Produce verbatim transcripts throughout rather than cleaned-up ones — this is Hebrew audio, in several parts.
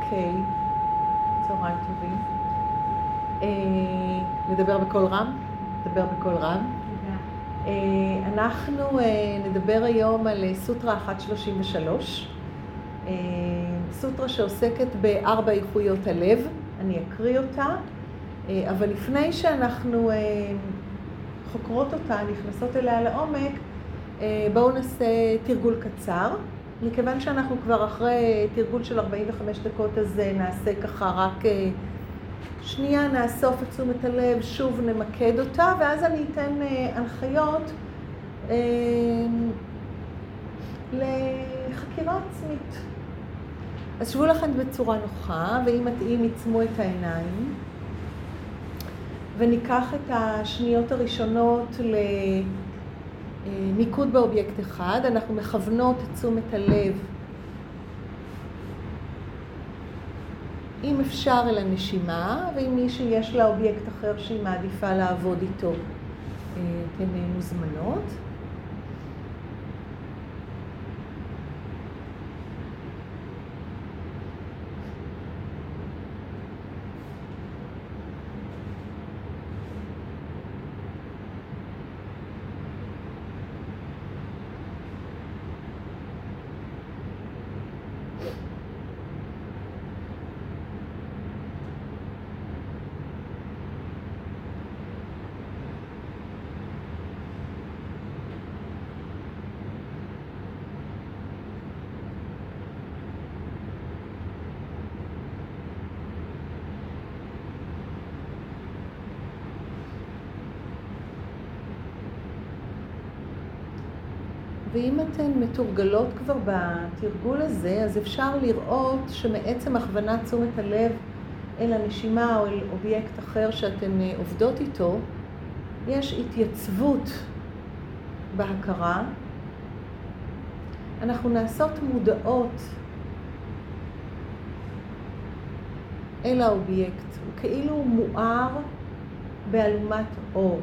אוקיי, צהריים טובים. נדבר בקול רם? נדבר בקול רם. אנחנו נדבר היום על סוטרה אחת שלושים ושלוש, סוטרה שעוסקת בארבע איכויות הלב. אני אקריא אותה, אבל לפני שאנחנו חוקרות אותה, נכנסות אליה לעומק, בואו נעשה תרגול קצר. מכיוון שאנחנו כבר אחרי תרגול של ארבעים וחמש דקות, אז נעשה ככה רק שנייה, נאסוף את תשומת הלב, שוב נמקד אותה, ואז אני אתן הנחיות לחקירה עצמית. אז שבו לכם בצורה נוחה, ואם מתאים, עצמו את העיניים, וניקח את השניות הראשונות למיקוד באובייקט אחד. אנחנו מכוונות את תשומת הלב, אם אפשר, אל הנשימה, ואם מי שיש לה אובייקט אחר שהיא מעדיפה לעבוד איתו, אתן מוזמנות. ואם אתן מתורגלות כבר בתרגול הזה, אז אפשר לראות שמעצם הכוונת תשומת הלב אל הנשימה או אל אובייקט אחר שאתן עובדות איתו, יש התייצבות בהכרה. אנחנו נעשות מודעות אל האובייקט, הוא כאילו מואר באלומת אור.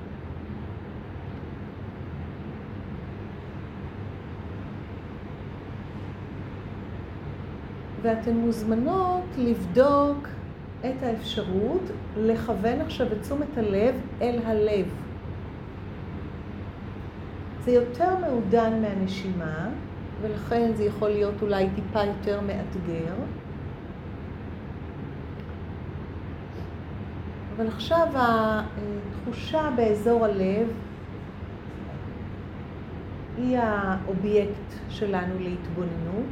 ואתן מוזמנות לבדוק את האפשרות לכוון עכשיו את תשומת הלב אל הלב. זה יותר מעודן מהנשימה, ולכן זה יכול להיות אולי טיפה יותר מאתגר. אבל עכשיו התחושה באזור הלב היא האובייקט שלנו להתבוננות.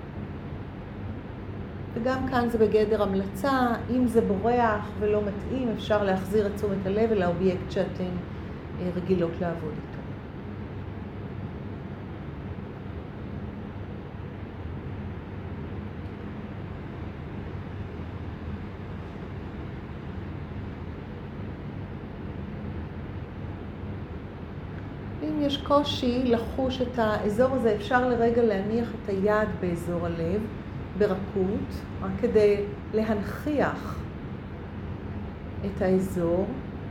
וגם כאן זה בגדר המלצה, אם זה בורח ולא מתאים, אפשר להחזיר את תשומת הלב אל האובייקט שאתן רגילות לעבוד איתו. אם יש קושי לחוש את האזור הזה, אפשר לרגע להניח את היד באזור הלב, ברכות, רק כדי להנכיח את האזור.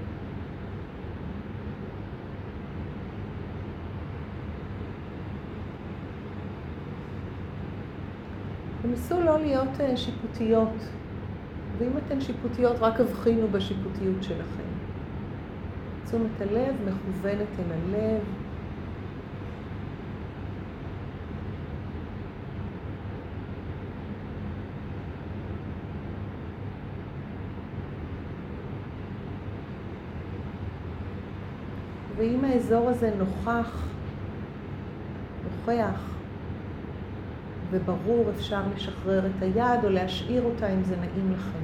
ונסו לא להיות שיפוטיות, ואם אתן שיפוטיות, רק הבחינו בשיפוטיות שלכם. תשומת הלב מכוונת אל הלב. ואם האזור הזה נוכח, נוכח וברור, אפשר לשחרר את היד או להשאיר אותה אם זה נעים לכם.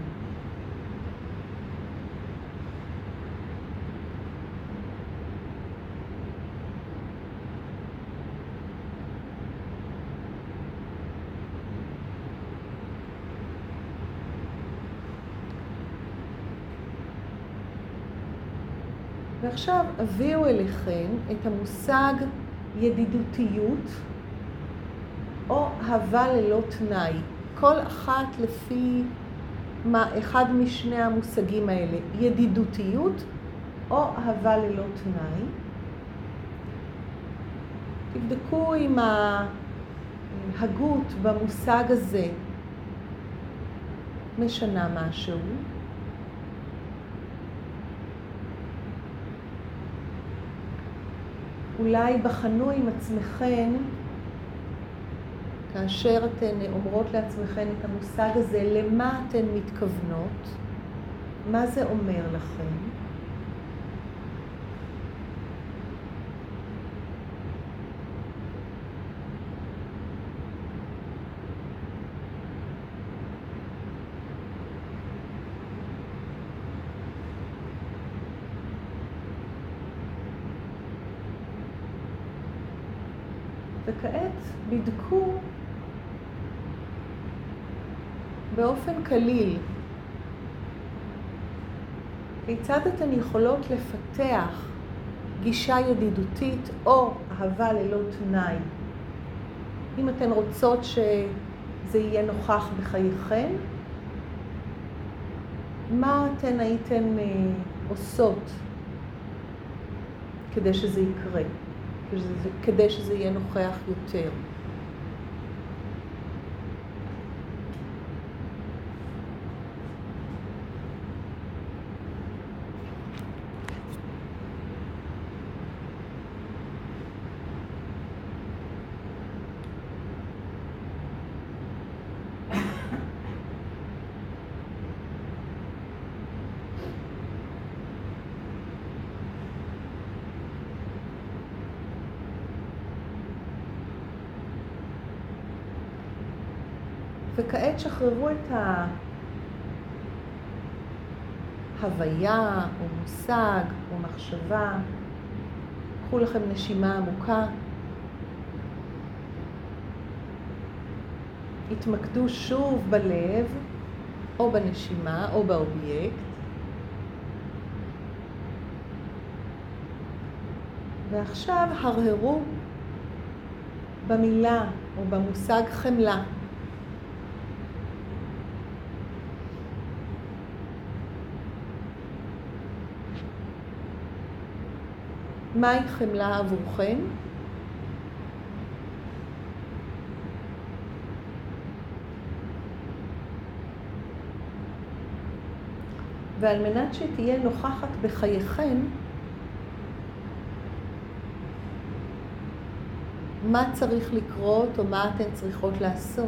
ועכשיו הביאו אליכם את המושג ידידותיות או אהבה ללא תנאי. כל אחת לפי מה, אחד משני המושגים האלה, ידידותיות או אהבה ללא תנאי. תבדקו עם ההגות במושג הזה משנה משהו. אולי בחנו עם עצמכן, כאשר אתן אומרות לעצמכן את המושג הזה, למה אתן מתכוונות? מה זה אומר לכם? וכעת בדקו באופן כליל כיצד אתן יכולות לפתח גישה ידידותית או אהבה ללא תנאי. אם אתן רוצות שזה יהיה נוכח בחייכן, מה אתן הייתן עושות כדי שזה יקרה? כדי שזה יהיה נוכח יותר. וכעת שחררו את ההוויה או מושג או מחשבה. קחו לכם נשימה עמוקה. התמקדו שוב בלב או בנשימה או באובייקט. ועכשיו הרהרו במילה או במושג חמלה. מהי חמלה עבורכן? ועל מנת שתהיה נוכחת בחייכן, מה צריך לקרות או מה אתן צריכות לעשות?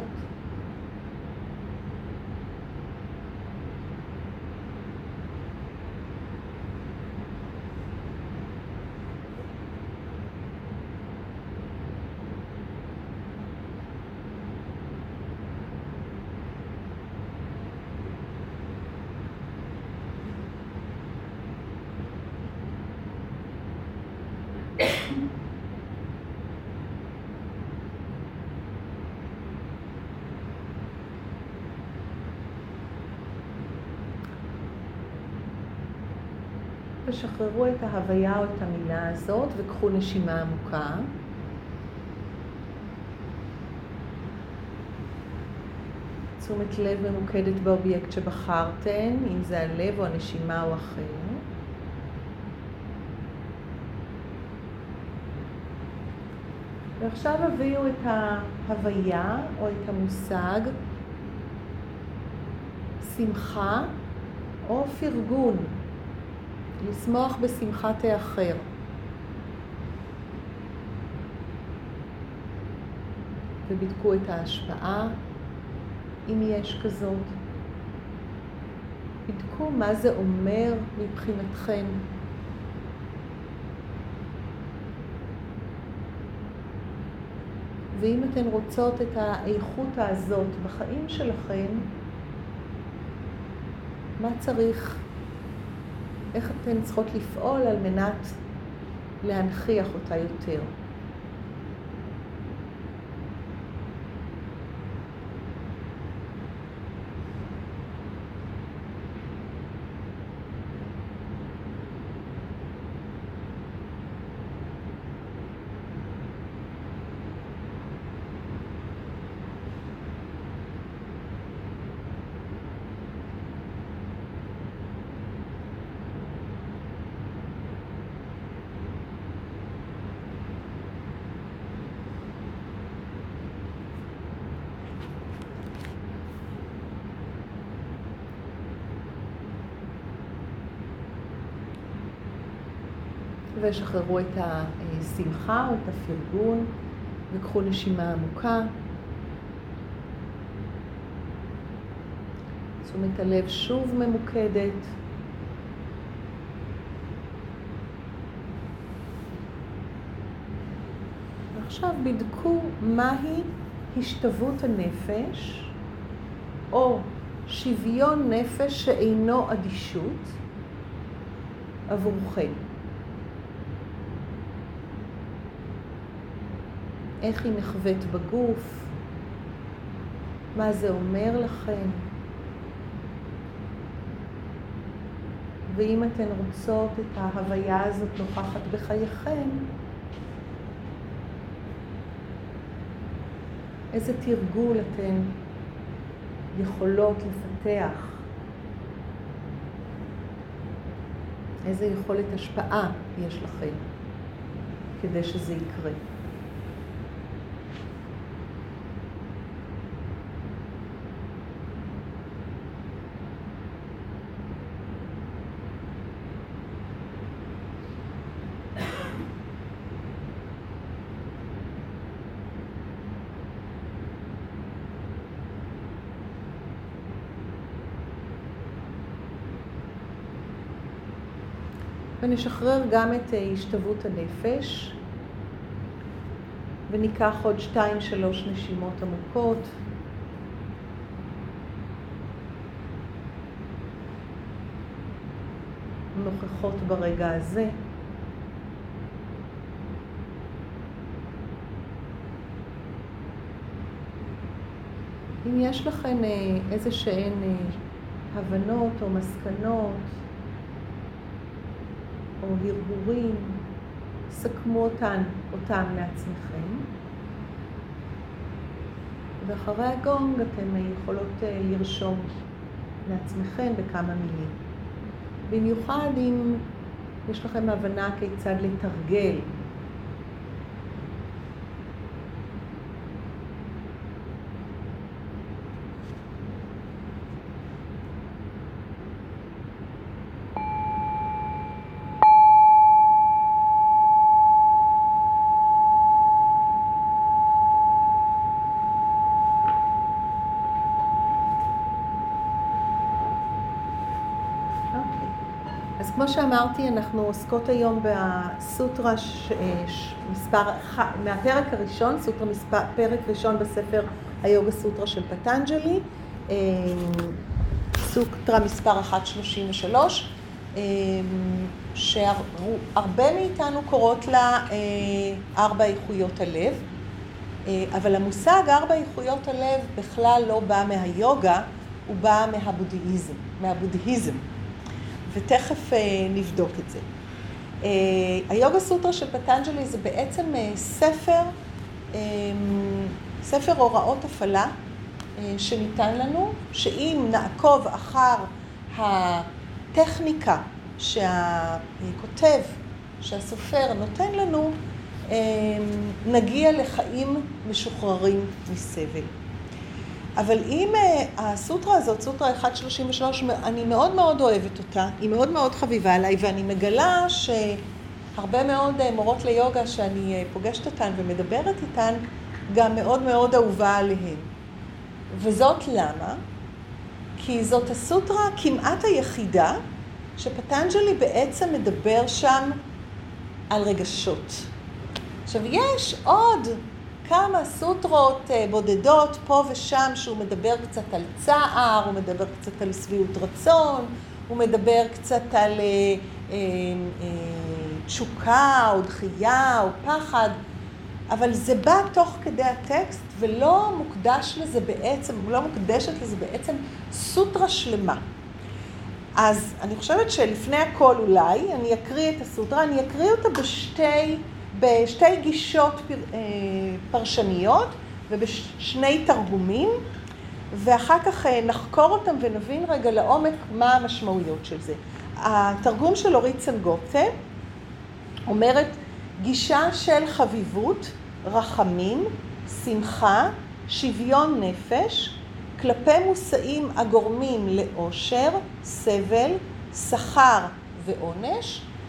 ושחררו את ההוויה או את המילה הזאת וקחו נשימה עמוקה. תשומת לב ממוקדת באובייקט שבחרתן, אם זה הלב או הנשימה או אחר. ועכשיו הביאו את ההוויה או את המושג שמחה או פרגון. לשמוח בשמחת האחר. ובדקו את ההשפעה, אם יש כזאת. בדקו מה זה אומר מבחינתכם. ואם אתן רוצות את האיכות הזאת בחיים שלכם, מה צריך, איך אתן צריכות לפעול על מנת להנכיח אותה יותר. ושחררו את השמחה או את הפרגון, וקחו נשימה עמוקה. תשומת הלב שוב ממוקדת. ועכשיו בדקו מהי השתוות הנפש או שוויון נפש שאינו אדישות עבורכם. איך היא נחווית בגוף? מה זה אומר לכם? ואם אתן רוצות את ההוויה הזאת נוכחת בחייכם, איזה תרגול אתן יכולות לפתח? איזה יכולת השפעה יש לכם כדי שזה יקרה? ונשחרר גם את השתוות הנפש, וניקח עוד שתיים שלוש נשימות עמוקות. נוכחות ברגע הזה. אם יש לכם איזה שהן הבנות או מסקנות, או הרהורים, סכמו אותן, אותם לעצמכם. ואחרי הגונג אתם יכולות לרשום לעצמכם בכמה מילים. במיוחד אם יש לכם הבנה כיצד לתרגל. כמו שאמרתי, אנחנו עוסקות היום בסוטרה ש... ש... מספר, מהפרק הראשון, סוטרה מספר, פרק ראשון בספר היוגה סוטרה של פטנג'לי, סוטרה מספר אחת שלושים ושלוש, שהרבה מאיתנו קוראות לה ארבע איכויות הלב, אבל המושג ארבע איכויות הלב בכלל לא בא מהיוגה, הוא בא מהבודהיזם, מהבודהיזם. ותכף נבדוק את זה. היוגה סוטרה של פטנג'לי זה בעצם ספר, ספר הוראות הפעלה שניתן לנו, שאם נעקוב אחר הטכניקה שהכותב, שהסופר נותן לנו, נגיע לחיים משוחררים מסבל. אבל אם הסוטרה הזאת, סוטרה אחת שלושים ושלוש, אני מאוד מאוד אוהבת אותה, היא מאוד מאוד חביבה עליי, ואני מגלה שהרבה מאוד מורות ליוגה שאני פוגשת אותן ומדברת איתן, גם מאוד מאוד אהובה עליהן. וזאת למה? כי זאת הסוטרה כמעט היחידה שפטנג'לי בעצם מדבר שם על רגשות. עכשיו, יש עוד כמה סוטרות בודדות פה ושם שהוא מדבר קצת על צער, הוא מדבר קצת על שביעות רצון, הוא מדבר קצת על אה, אה, אה, תשוקה או דחייה או פחד, אבל זה בא תוך כדי הטקסט ולא מוקדש לזה בעצם, לא מוקדשת לזה בעצם סוטרה שלמה. אז אני חושבת שלפני הכל אולי אני אקריא את הסוטרה, אני אקריא אותה בשתי בשתי גישות פר, פרשניות ובשני תרגומים, ואחר כך נחקור אותם ונבין רגע לעומק מה המשמעויות של זה. התרגום של אורית סנגוטה אומרת, גישה של חביבות, רחמים, שמחה, שוויון נפש, כלפי מושאים הגורמים לאושר, סבל, שכר ועונש,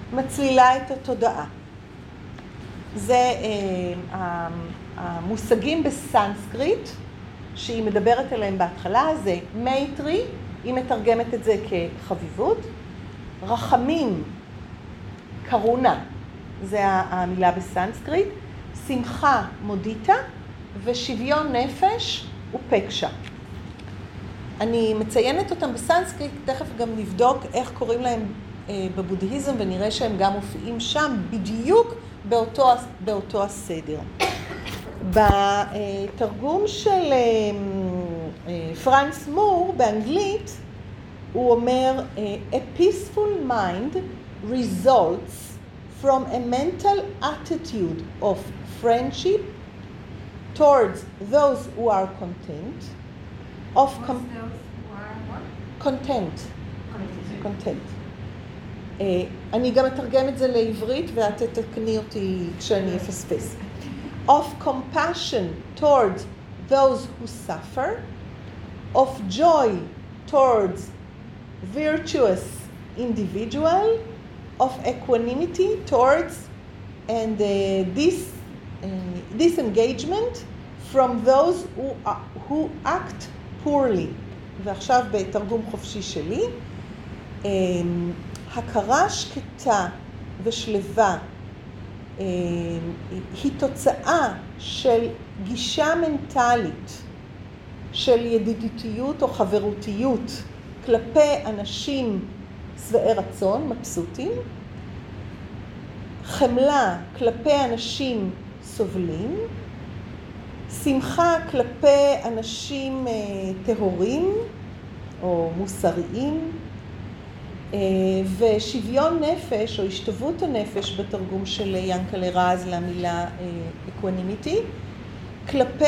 מצלילה את התודעה. זה אה, המושגים בסנסקריט, שהיא מדברת עליהם בהתחלה, זה מייטרי, היא מתרגמת את זה כחביבות, רחמים, קרונה, זה המילה בסנסקריט, שמחה, מודיטה, ושוויון נפש ופקשה. אני מציינת אותם בסנסקריט, תכף גם נבדוק איך קוראים להם אה, בבודהיזם, ונראה שהם גם מופיעים שם בדיוק באותו, באותו הסדר. בתרגום של אה, אה, פרנס מור באנגלית, הוא אומר, a peaceful mind results from a mental attitude of friendship towards those who are content, of com- content, content. Uh, אני גם אתרגם את זה לעברית ואת תתקני אותי כשאני אפספס. Of compassion towards those who suffer, of joy towards virtuous individual, of equanimity towards and uh, this uh, disengagement from those who, uh, who act poorly. ועכשיו בתרגום חופשי שלי, um, הכרה שקטה ושלווה um, היא תוצאה של גישה מנטלית של ידידותיות או חברותיות כלפי אנשים שבעי רצון, מבסוטים, חמלה כלפי אנשים סובלים, שמחה כלפי אנשים טהורים או מוסריים, ושוויון נפש או השתוות הנפש בתרגום של ינקלה רז למילה אקואנימיטי, כלפי,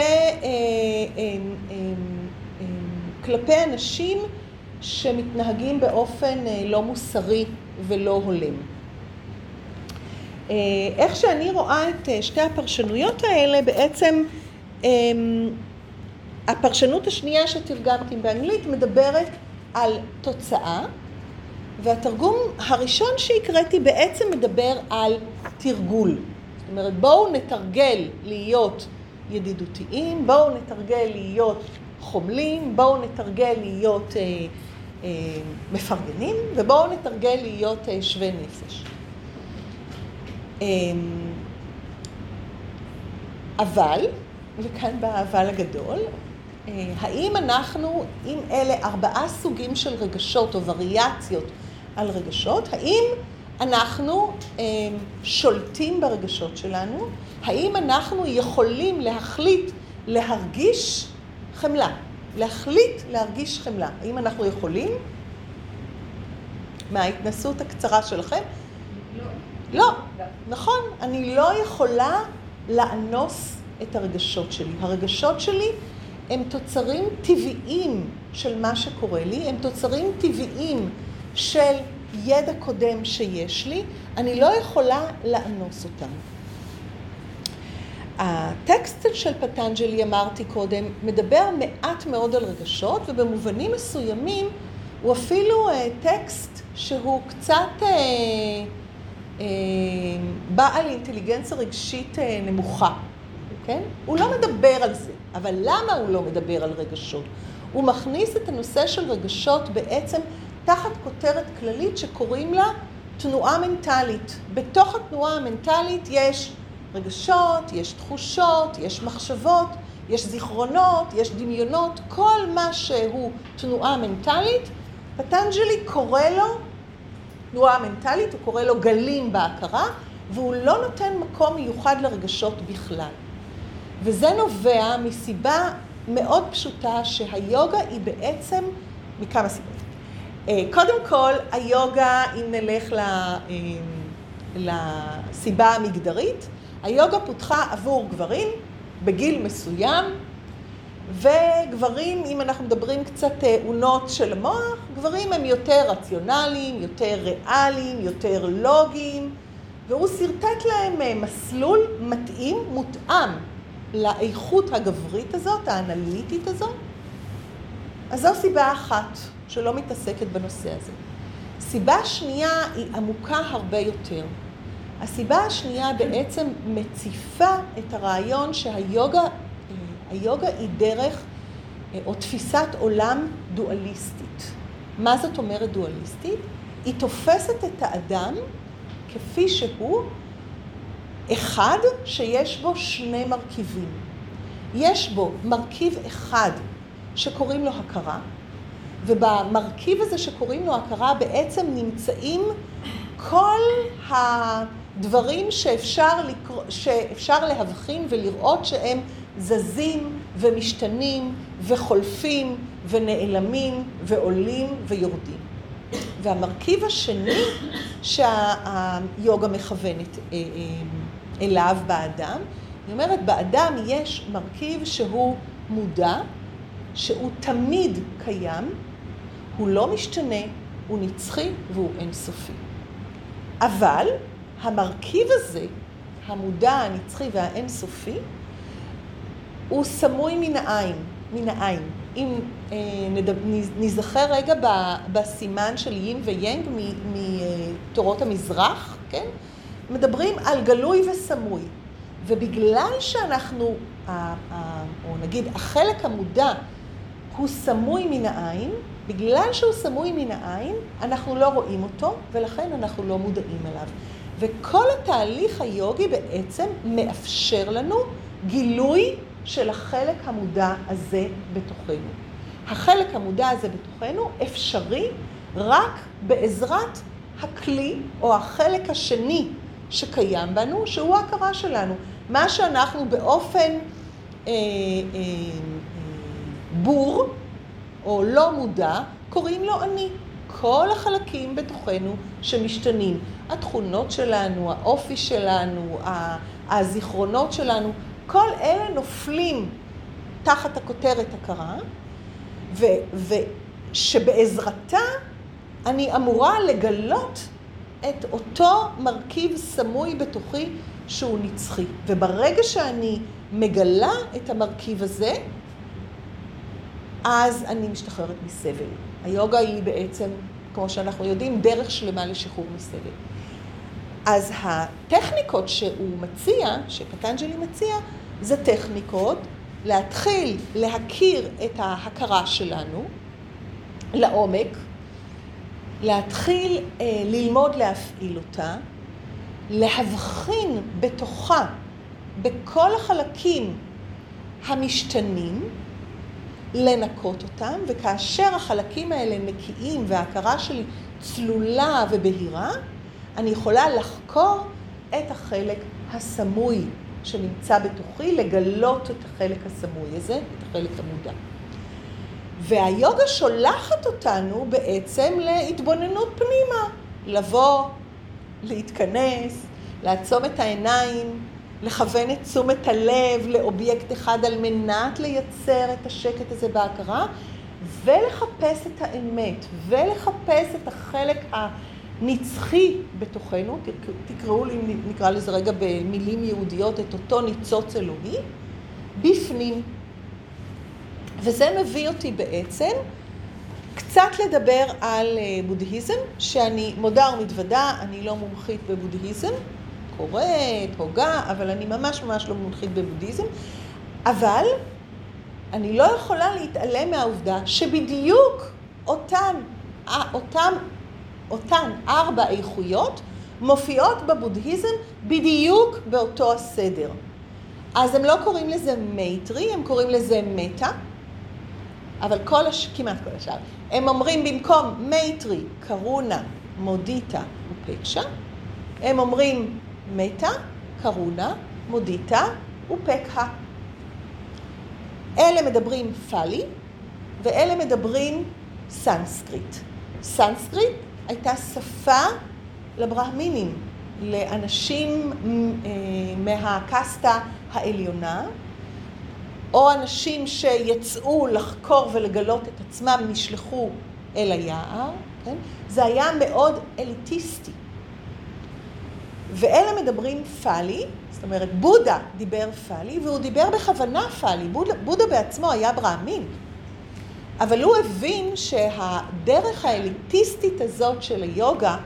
כלפי אנשים שמתנהגים באופן לא מוסרי ולא הולם. איך שאני רואה את שתי הפרשנויות האלה, בעצם הפרשנות השנייה שתרגמתי באנגלית מדברת על תוצאה, והתרגום הראשון שהקראתי בעצם מדבר על תרגול. זאת אומרת, בואו נתרגל להיות ידידותיים, בואו נתרגל להיות חומלים, בואו נתרגל להיות אה, אה, מפרגנים, ובואו נתרגל להיות אה, שווה נפש. אה, אבל, וכאן באבל הגדול, אה, האם אנחנו, אם אלה ארבעה סוגים של רגשות או וריאציות על רגשות, האם אנחנו אה, שולטים ברגשות שלנו? האם אנחנו יכולים להחליט להרגיש חמלה? להחליט להרגיש חמלה. האם אנחנו יכולים? מההתנסות הקצרה שלכם? לא. לא. נכון. אני לא יכולה לאנוס את הרגשות שלי. הרגשות שלי הם תוצרים טבעיים של מה שקורה לי, הם תוצרים טבעיים של ידע קודם שיש לי, אני לא יכולה לאנוס אותם. הטקסט של פטנג'לי, אמרתי קודם, מדבר מעט מאוד על רגשות, ובמובנים מסוימים הוא אפילו טקסט שהוא קצת אה, אה, בעל אינטליגנציה רגשית אה, נמוכה. כן? הוא לא מדבר על זה, אבל למה הוא לא מדבר על רגשות? הוא מכניס את הנושא של רגשות בעצם תחת כותרת כללית שקוראים לה תנועה מנטלית. בתוך התנועה המנטלית יש רגשות, יש תחושות, יש מחשבות, יש זיכרונות, יש דמיונות, כל מה שהוא תנועה מנטלית, פטנג'לי קורא לו תנועה מנטלית, הוא קורא לו גלים בהכרה, והוא לא נותן מקום מיוחד לרגשות בכלל. וזה נובע מסיבה מאוד פשוטה שהיוגה היא בעצם מכמה סיבות. קודם כל, היוגה, אם נלך לסיבה המגדרית, היוגה פותחה עבור גברים בגיל מסוים, וגברים, אם אנחנו מדברים קצת עונות של המוח, גברים הם יותר רציונליים, יותר ריאליים, יותר לוגיים, והוא סרטט להם מסלול מתאים, מותאם לאיכות הגברית הזאת, האנליטית הזאת. אז זו סיבה אחת שלא מתעסקת בנושא הזה. סיבה שנייה היא עמוקה הרבה יותר. הסיבה השנייה בעצם מציפה את הרעיון שהיוגה, היוגה היא דרך או תפיסת עולם דואליסטית. מה זאת אומרת דואליסטית? היא תופסת את האדם כפי שהוא אחד שיש בו שני מרכיבים. יש בו מרכיב אחד שקוראים לו הכרה, ובמרכיב הזה שקוראים לו הכרה בעצם נמצאים כל הדברים שאפשר, לקרוא, שאפשר להבחין ולראות שהם זזים ומשתנים וחולפים ונעלמים ועולים ויורדים. והמרכיב השני שהיוגה מכוונת אליו באדם, היא אומרת, באדם יש מרכיב שהוא מודע, שהוא תמיד קיים, הוא לא משתנה, הוא נצחי והוא אינסופי. אבל המרכיב הזה, המודע, הנצחי והאינסופי, הוא סמוי מן העין, מן העין. אם אה, נדב, נזכר רגע בסימן של יין ויינג מתורות המזרח, כן? מדברים על גלוי וסמוי. ובגלל שאנחנו, או נגיד, החלק המודע הוא סמוי מן העין, בגלל שהוא סמוי מן העין, אנחנו לא רואים אותו, ולכן אנחנו לא מודעים אליו. וכל התהליך היוגי בעצם מאפשר לנו גילוי של החלק המודע הזה בתוכנו. החלק המודע הזה בתוכנו אפשרי רק בעזרת הכלי או החלק השני שקיים בנו, שהוא ההכרה שלנו. מה שאנחנו באופן אה, אה, אה, בור או לא מודע, קוראים לו אני. כל החלקים בתוכנו שמשתנים, התכונות שלנו, האופי שלנו, הזיכרונות שלנו, כל אלה נופלים תחת הכותרת הכרה, ושבעזרתה אני אמורה לגלות את אותו מרכיב סמוי בתוכי שהוא נצחי. וברגע שאני מגלה את המרכיב הזה, אז אני משתחררת מסבל. היוגה היא בעצם, כמו שאנחנו יודעים, דרך שלמה לשחרור מסבל. אז הטכניקות שהוא מציע, שפטנג'לי מציע, זה טכניקות להתחיל להכיר את ההכרה שלנו לעומק, להתחיל אה, ללמוד להפעיל אותה, להבחין בתוכה, בכל החלקים המשתנים, לנקות אותם, וכאשר החלקים האלה נקיים וההכרה שלי צלולה ובהירה, אני יכולה לחקור את החלק הסמוי שנמצא בתוכי, לגלות את החלק הסמוי הזה, את החלק המודע. והיוגה שולחת אותנו בעצם להתבוננות פנימה, לבוא, להתכנס, לעצום את העיניים, לכוון את תשומת הלב לאובייקט אחד על מנת לייצר את השקט הזה בהכרה, ולחפש את האמת, ולחפש את החלק הנצחי בתוכנו, תקראו לי, נקרא לזה רגע במילים יהודיות, את אותו ניצוץ אלוהי, בפנים. וזה מביא אותי בעצם קצת לדבר על בודהיזם, שאני מודה ומתוודה, אני לא מומחית בבודהיזם, קוראת, הוגה, אבל אני ממש ממש לא מומחית בבודהיזם, אבל אני לא יכולה להתעלם מהעובדה שבדיוק אותן, אותן, אותן ארבע איכויות מופיעות בבודהיזם בדיוק באותו הסדר. אז הם לא קוראים לזה מייטרי, הם קוראים לזה מטה, אבל כל הש... כמעט כל השאר. הם אומרים במקום מייטרי, קרונה, מודיטה ופקשה, הם אומרים מטה, קרונה, מודיטה ופקה. אלה מדברים פאלי, ואלה מדברים סנסקריט. סנסקריט הייתה שפה לברהמינים, לאנשים מהקסטה העליונה, או אנשים שיצאו לחקור ולגלות את עצמם, נשלחו אל היער, כן? זה היה מאוד אליטיסטי. ואלה מדברים פאלי, זאת אומרת, בודה דיבר פאלי, והוא דיבר בכוונה פאלי. בודה, בודה בעצמו היה ברהמין. אבל הוא הבין שהדרך האליטיסטית הזאת של היוגה,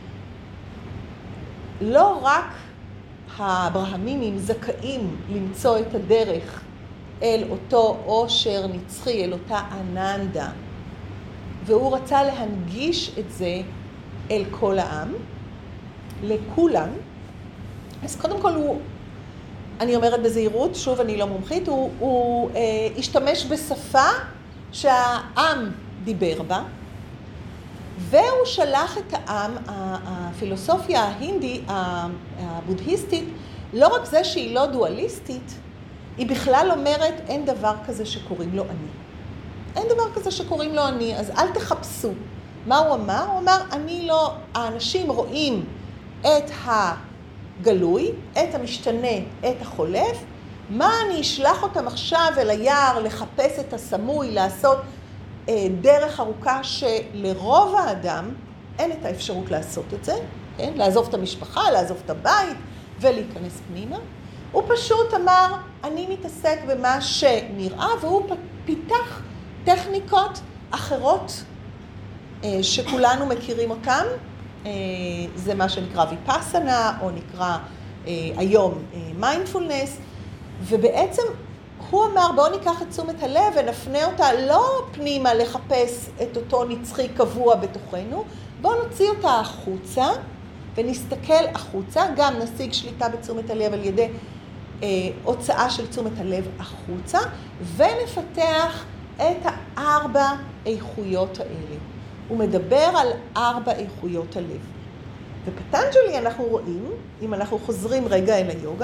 לא רק האברהמינים זכאים למצוא את הדרך אל אותו עושר נצחי, אל אותה אננדה, והוא רצה להנגיש את זה אל כל העם, לכולם. אז קודם כל הוא, אני אומרת בזהירות, שוב אני לא מומחית, הוא, הוא אה, השתמש בשפה שהעם דיבר בה, והוא שלח את העם, הפילוסופיה ההינדי, הבודהיסטית, לא רק זה שהיא לא דואליסטית, היא בכלל אומרת אין דבר כזה שקוראים לו אני. אין דבר כזה שקוראים לו אני, אז אל תחפשו. מה הוא אמר? הוא אמר, אני לא, האנשים רואים את הגלוי, את המשתנה, את החולף, מה אני אשלח אותם עכשיו אל היער לחפש את הסמוי, לעשות אה, דרך ארוכה שלרוב האדם אין את האפשרות לעשות את זה, כן? לעזוב את המשפחה, לעזוב את הבית ולהיכנס פנימה. הוא פשוט אמר, אני מתעסק במה שנראה, והוא פיתח טכניקות אחרות אה, שכולנו מכירים אותן. אה, זה מה שנקרא ויפאסנה, או נקרא אה, היום מיינדפולנס, ובעצם הוא אמר, בואו ניקח את תשומת הלב ונפנה אותה לא פנימה לחפש את אותו נצחי קבוע בתוכנו, בואו נוציא אותה החוצה ונסתכל החוצה, גם נשיג שליטה בתשומת הלב על ידי אה, הוצאה של תשומת הלב החוצה, ונפתח את הארבע איכויות האלה. הוא מדבר על ארבע איכויות הלב. בפטנג'לי אנחנו רואים, אם אנחנו חוזרים רגע אל היוגה,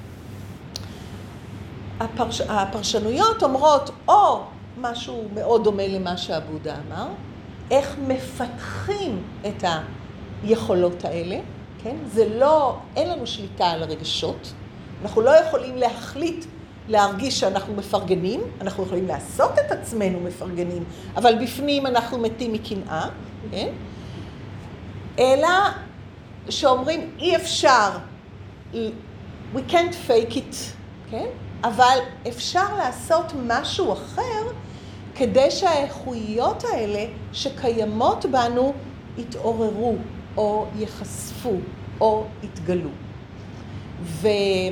הפרש... הפרשנויות אומרות או משהו מאוד דומה למה שהבודה אמר, איך מפתחים את היכולות האלה, כן? זה לא, אין לנו שליטה על הרגשות, אנחנו לא יכולים להחליט להרגיש שאנחנו מפרגנים, אנחנו יכולים לעשות את עצמנו מפרגנים, אבל בפנים אנחנו מתים מקנאה, כן? אלא שאומרים אי אפשר, we can't fake it, כן? אבל אפשר לעשות משהו אחר כדי שהאיכויות האלה שקיימות בנו יתעוררו או יחשפו או יתגלו. ו...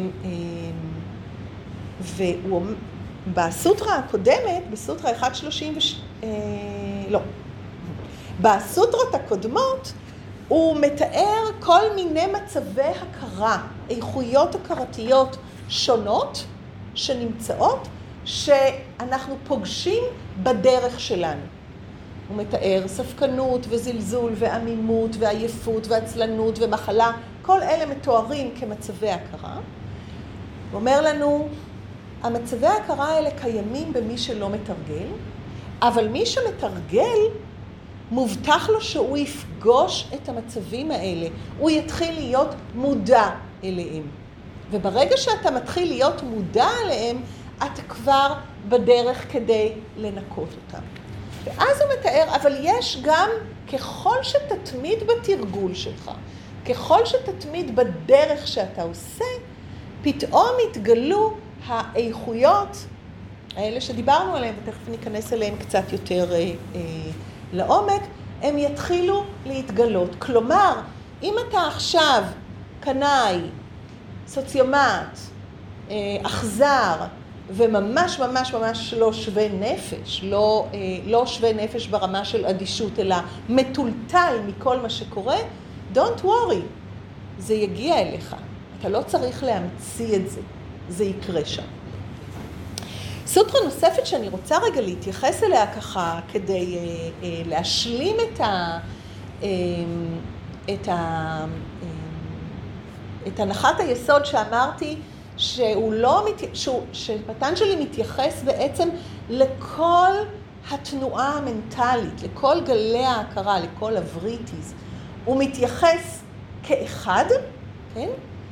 ובסוטרה הקודמת, בסוטרה אחת שלושים ושש... לא. בסוטרות הקודמות הוא מתאר כל מיני מצבי הכרה, איכויות הכרתיות שונות שנמצאות, שאנחנו פוגשים בדרך שלנו. הוא מתאר ספקנות וזלזול ועמימות ועייפות ועצלנות ומחלה, כל אלה מתוארים כמצבי הכרה. הוא אומר לנו, המצבי ההכרה האלה קיימים במי שלא מתרגל, אבל מי שמתרגל, מובטח לו שהוא יפגוש את המצבים האלה, הוא יתחיל להיות מודע אליהם. וברגע שאתה מתחיל להיות מודע אליהם, אתה כבר בדרך כדי לנקות אותם. ואז הוא מתאר, אבל יש גם, ככל שתתמיד בתרגול שלך, ככל שתתמיד בדרך שאתה עושה, פתאום יתגלו האיכויות האלה שדיברנו עליהם, ותכף ניכנס אליהם קצת יותר אה, אה, לעומק, הם יתחילו להתגלות. כלומר, אם אתה עכשיו קנאי, סוציומט, אה, אכזר, וממש ממש ממש לא שווה נפש, לא, אה, לא שווה נפש ברמה של אדישות, אלא מטולטל מכל מה שקורה, don't worry, זה יגיע אליך. אתה לא צריך להמציא את זה, זה יקרה שם. סוטרה נוספת שאני רוצה רגע להתייחס אליה ככה, כדי אה, אה, להשלים את, ה, אה, את, ה, אה, את הנחת היסוד שאמרתי, שהוא לא, שהוא, שפטנג'לי מתייחס בעצם לכל התנועה המנטלית, לכל גלי ההכרה, לכל הווריטיז. הוא מתייחס כאחד, כן?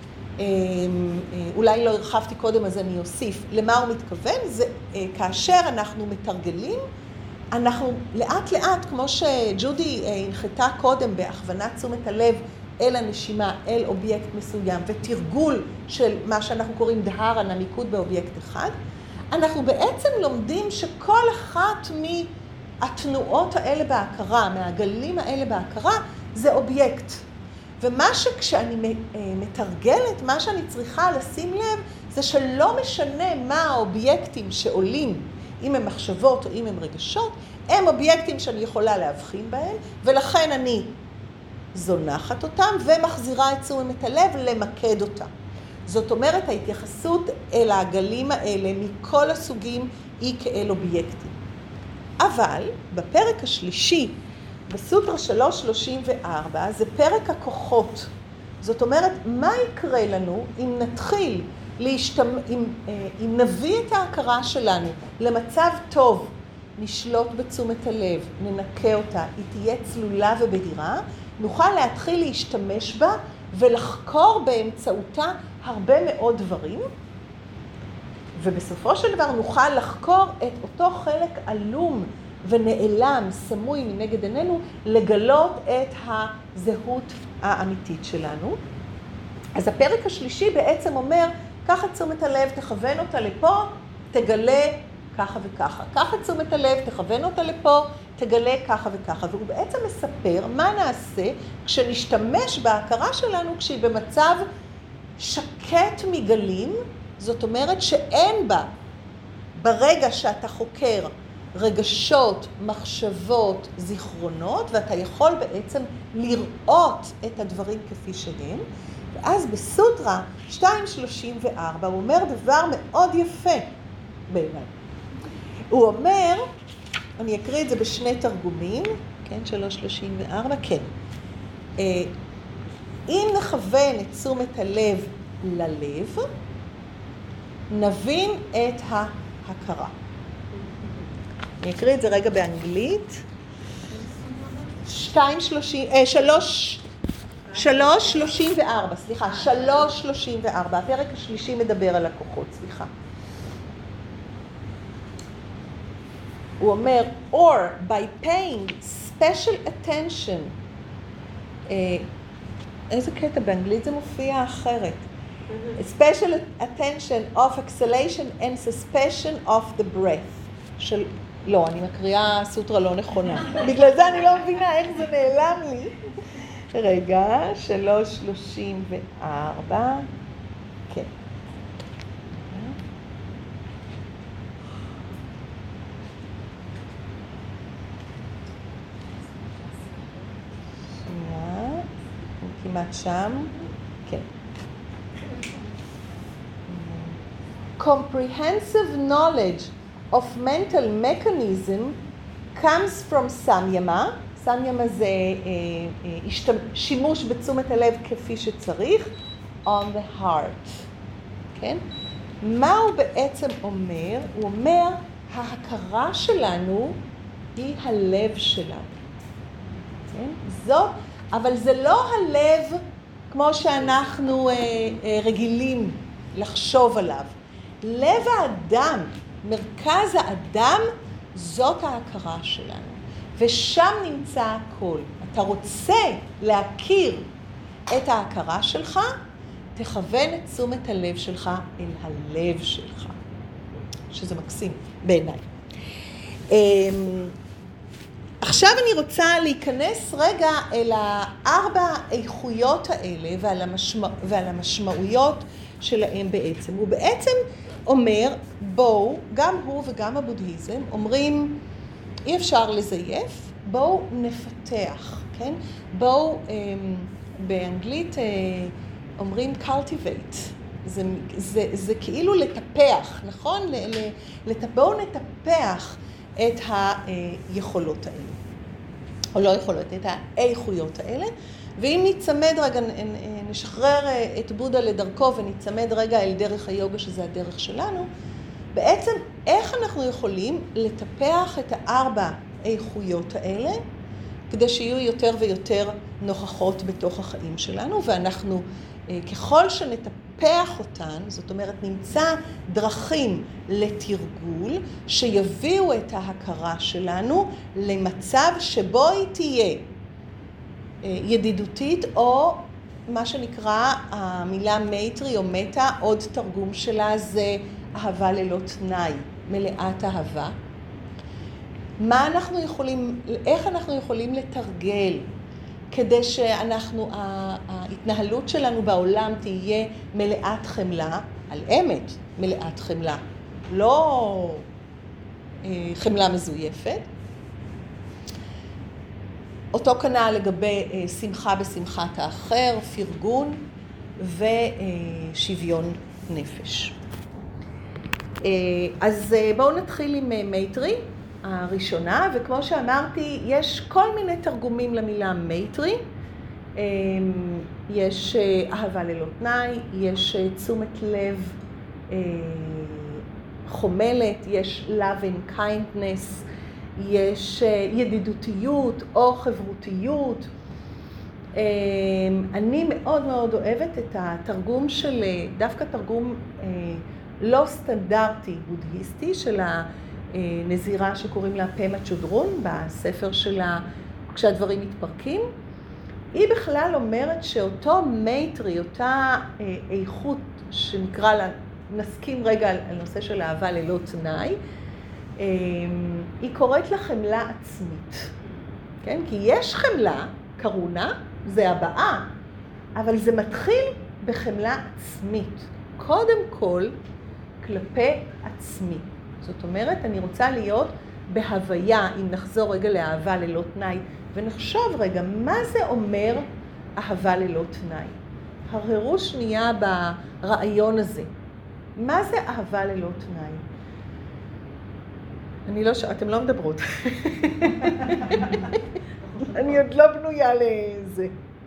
אולי לא הרחבתי קודם, אז אני אוסיף. למה הוא מתכוון? זה כאשר אנחנו מתרגלים, אנחנו לאט לאט, כמו שג'ודי הנחתה קודם בהכוונת תשומת הלב אל הנשימה, אל אובייקט מסוים, ותרגול של מה שאנחנו קוראים דהרנה, מיקוד באובייקט אחד, אנחנו בעצם לומדים שכל אחת מהתנועות האלה בהכרה, מהגלים האלה בהכרה, זה אובייקט. ומה שכשאני מתרגלת, מה שאני צריכה לשים לב, זה שלא משנה מה האובייקטים שעולים, אם הם מחשבות או אם הם רגשות, הם אובייקטים שאני יכולה להבחין בהם, ולכן אני זונחת אותם ומחזירה את תשומת הלב למקד אותם. זאת אומרת, ההתייחסות אל הגלים האלה מכל הסוגים היא כאל אובייקטים. אבל בפרק השלישי, בסוטרה שלוש שלושים וארבע, זה פרק הכוחות. זאת אומרת, מה יקרה לנו אם נתחיל, להשתמ... אם, אם נביא את ההכרה שלנו למצב טוב, נשלוט בתשומת הלב, ננקה אותה, היא תהיה צלולה ובהירה, נוכל להתחיל להשתמש בה ולחקור באמצעותה הרבה מאוד דברים, ובסופו של דבר נוכל לחקור את אותו חלק עלום ונעלם, סמוי מנגד עינינו, לגלות את הזהות האמיתית שלנו. אז הפרק השלישי בעצם אומר, קח את תשומת הלב, תכוון אותה לפה, תגלה ככה וככה. קח את תשומת הלב, תכוון אותה לפה, תגלה ככה וככה. והוא בעצם מספר מה נעשה כשנשתמש בהכרה שלנו כשהיא במצב שקט מגלים, זאת אומרת שאין בה, ברגע שאתה חוקר, רגשות, מחשבות, זיכרונות, ואתה יכול בעצם לראות את הדברים כפי שהם. ואז בסוטרה שתיים שלושים וארבע הוא אומר דבר מאוד יפה בעיניי. הוא אומר, אני אקריא את זה בשני תרגומים, כן, שלוש שלושים וארבע, כן. אם נכוון את תשומת הלב ללב, נבין את ההכרה. אני אקריא את זה רגע באנגלית. שתיים שלושים, אה, שלוש, שלוש שלושים וארבע, סליחה, שלוש שלושים וארבע. הפרק השלישי מדבר על הכוחות, סליחה. הוא אומר, or by paying special attention, אה, איזה קטע באנגלית זה מופיע אחרת. special attention of exhalation and suspension of the breath. של, לא, אני מקריאה סוטרה לא נכונה. בגלל זה אני לא מבינה איך זה נעלם לי. רגע, שלוש שלושים וארבע. כן. שנייה, כמעט שם. כן. Comprehensive knowledge of mental mechanism comes from samyama. samyama זה אה, אה, שימוש בתשומת הלב כפי שצריך, on the heart. כן? מה הוא בעצם אומר? הוא אומר, ההכרה שלנו היא הלב שלנו. כן? זאת, אבל זה לא הלב כמו שאנחנו אה, אה, רגילים לחשוב עליו. לב האדם, מרכז האדם, זאת ההכרה שלנו. ושם נמצא הכל. אתה רוצה להכיר את ההכרה שלך, תכוון את תשומת הלב שלך אל הלב שלך. שזה מקסים בעיניי. עכשיו אני רוצה להיכנס רגע אל הארבע איכויות האלה ועל, המשמע, ועל המשמעויות שלהם בעצם. הוא בעצם אומר, בואו, גם הוא וגם הבודהיזם, אומרים, אי אפשר לזייף, בואו נפתח, כן? בואו, באנגלית אומרים cultivate, זה, זה, זה כאילו לטפח, נכון? לט, בואו נטפח את היכולות האלה, או לא יכולות, את האיכויות האלה, ואם נצמד רגע, נשחרר את בודה לדרכו ונצמד רגע אל דרך היוגה, שזה הדרך שלנו, בעצם איך אנחנו יכולים לטפח את הארבע איכויות האלה, כדי שיהיו יותר ויותר נוכחות בתוך החיים שלנו, ואנחנו ככל שנטפח אותן, זאת אומרת נמצא דרכים לתרגול שיביאו את ההכרה שלנו למצב שבו היא תהיה ידידותית, או מה שנקרא המילה מייטרי או מטה, עוד תרגום שלה זה אהבה ללא תנאי, מלאת אהבה. מה אנחנו יכולים, איך אנחנו יכולים לתרגל כדי שאנחנו, ההתנהלות שלנו בעולם תהיה מלאת חמלה, על אמת מלאת חמלה, לא חמלה מזויפת. אותו כנ"ל לגבי שמחה בשמחת האחר, פרגון ושוויון נפש. אז בואו נתחיל עם מייטרי הראשונה, וכמו שאמרתי, יש כל מיני תרגומים למילה מייטרי. יש אהבה ללא תנאי, יש תשומת לב חומלת, יש love and kindness, יש ידידותיות או חברותיות. אני מאוד מאוד אוהבת את התרגום של, דווקא תרגום לא סטנדרטי בודהיסטי של הנזירה שקוראים לה פמה צ'ודרון, בספר שלה כשהדברים מתפרקים. היא בכלל אומרת שאותו מייטרי, אותה איכות שנקרא לה, נסכים רגע על נושא של אהבה ללא תנאי, היא קוראת לה חמלה עצמית. כן? כי יש חמלה, קרונה, זה הבאה, אבל זה מתחיל בחמלה עצמית. קודם כל, כלפי עצמי. זאת אומרת, אני רוצה להיות בהוויה, אם נחזור רגע לאהבה ללא תנאי, ונחשוב רגע, מה זה אומר אהבה ללא תנאי? הרהרו שנייה ברעיון הזה. מה זה אהבה ללא תנאי? אני לא ש... אתם לא מדברות. אני עוד לא בנויה לזה.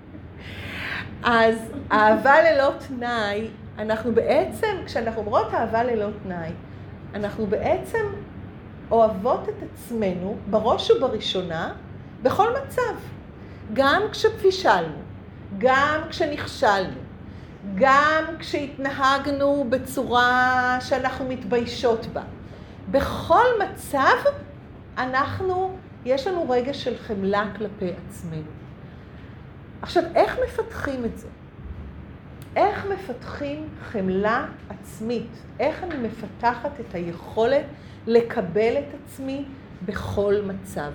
אז אהבה ללא תנאי, אנחנו בעצם, כשאנחנו אומרות אהבה ללא תנאי, אנחנו בעצם אוהבות את עצמנו בראש ובראשונה, בכל מצב. גם כשפישלנו, גם כשנכשלנו, גם כשהתנהגנו בצורה שאנחנו מתביישות בה. בכל מצב אנחנו, יש לנו רגע של חמלה כלפי עצמנו. עכשיו, איך מפתחים את זה? איך מפתחים חמלה עצמית? איך אני מפתחת את היכולת לקבל את עצמי בכל מצב?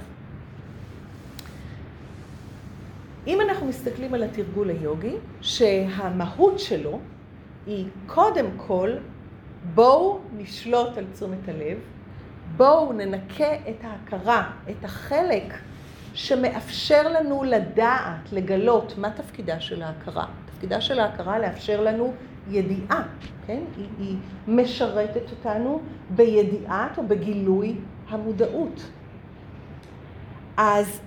אם אנחנו מסתכלים על התרגול היוגי, שהמהות שלו היא קודם כל, בואו נשלוט על תשומת הלב, בואו ננקה את ההכרה, את החלק שמאפשר לנו לדעת, לגלות מה תפקידה של ההכרה. תפקידה של ההכרה לאפשר לנו ידיעה, כן? היא, היא משרתת אותנו בידיעת או בגילוי המודעות. אז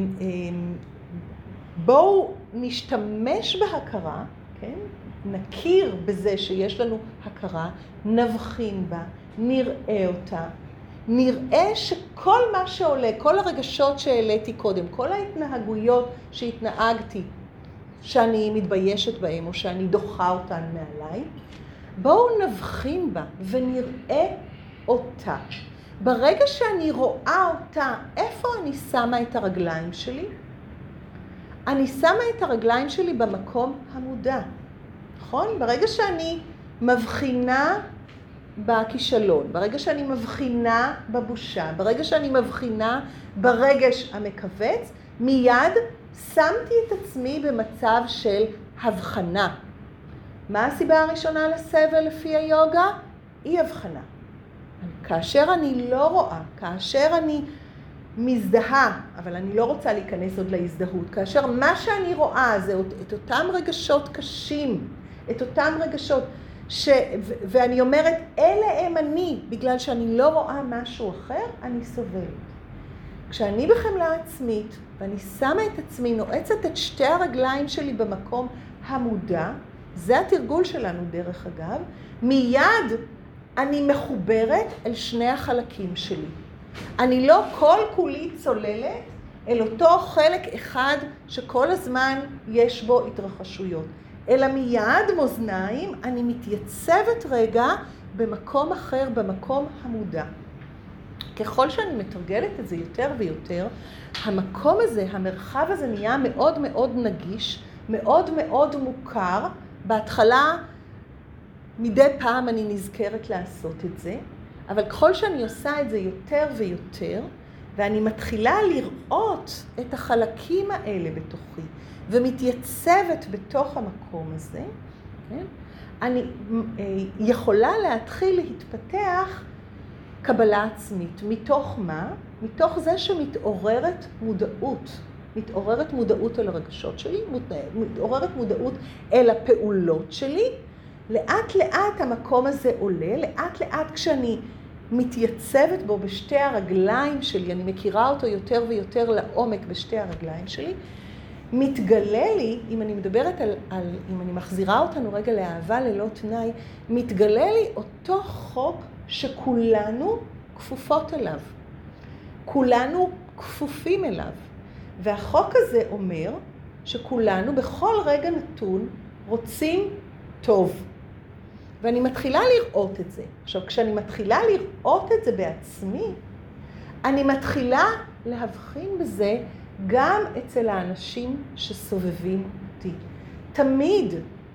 בואו נשתמש בהכרה, כן? נכיר בזה שיש לנו הכרה, נבחין בה, נראה אותה, נראה שכל מה שעולה, כל הרגשות שהעליתי קודם, כל ההתנהגויות שהתנהגתי, שאני מתביישת בהם או שאני דוחה אותן מעליי, בואו נבחין בה ונראה אותה. ברגע שאני רואה אותה, איפה אני שמה את הרגליים שלי? אני שמה את הרגליים שלי במקום המודע. נכון? ברגע שאני מבחינה בכישלון, ברגע שאני מבחינה בבושה, ברגע שאני מבחינה ברגש המכווץ, מיד שמתי את עצמי במצב של הבחנה. מה הסיבה הראשונה לסבל לפי היוגה? אי הבחנה. כאשר אני לא רואה, כאשר אני מזדהה, אבל אני לא רוצה להיכנס עוד להזדהות, כאשר מה שאני רואה זה את אותם רגשות קשים, את אותם רגשות, ש... ו... ואני אומרת, אלה הם אני, בגלל שאני לא רואה משהו אחר, אני סובלת. כשאני בחמלה עצמית, ואני שמה את עצמי, נועצת את שתי הרגליים שלי במקום המודע, זה התרגול שלנו דרך אגב, מיד אני מחוברת אל שני החלקים שלי. אני לא כל כולי צוללת אל אותו חלק אחד שכל הזמן יש בו התרחשויות. אלא מיד מאזניים אני מתייצבת רגע במקום אחר, במקום המודע. ככל שאני מתרגלת את זה יותר ויותר, המקום הזה, המרחב הזה נהיה מאוד מאוד נגיש, מאוד מאוד מוכר. בהתחלה, מדי פעם אני נזכרת לעשות את זה, אבל ככל שאני עושה את זה יותר ויותר, ואני מתחילה לראות את החלקים האלה בתוכי, ומתייצבת בתוך המקום הזה, כן? אני יכולה להתחיל להתפתח קבלה עצמית. מתוך מה? מתוך זה שמתעוררת מודעות. מתעוררת מודעות אל הרגשות שלי, מתעוררת מודעות אל הפעולות שלי. לאט לאט המקום הזה עולה, לאט לאט כשאני מתייצבת בו בשתי הרגליים שלי, אני מכירה אותו יותר ויותר לעומק בשתי הרגליים שלי, מתגלה לי, אם אני מדברת על, על, אם אני מחזירה אותנו רגע לאהבה ללא תנאי, מתגלה לי אותו חוק שכולנו כפופות אליו. כולנו כפופים אליו. והחוק הזה אומר שכולנו בכל רגע נתון רוצים טוב. ואני מתחילה לראות את זה. עכשיו, כשאני מתחילה לראות את זה בעצמי, אני מתחילה להבחין בזה גם אצל האנשים שסובבים אותי. תמיד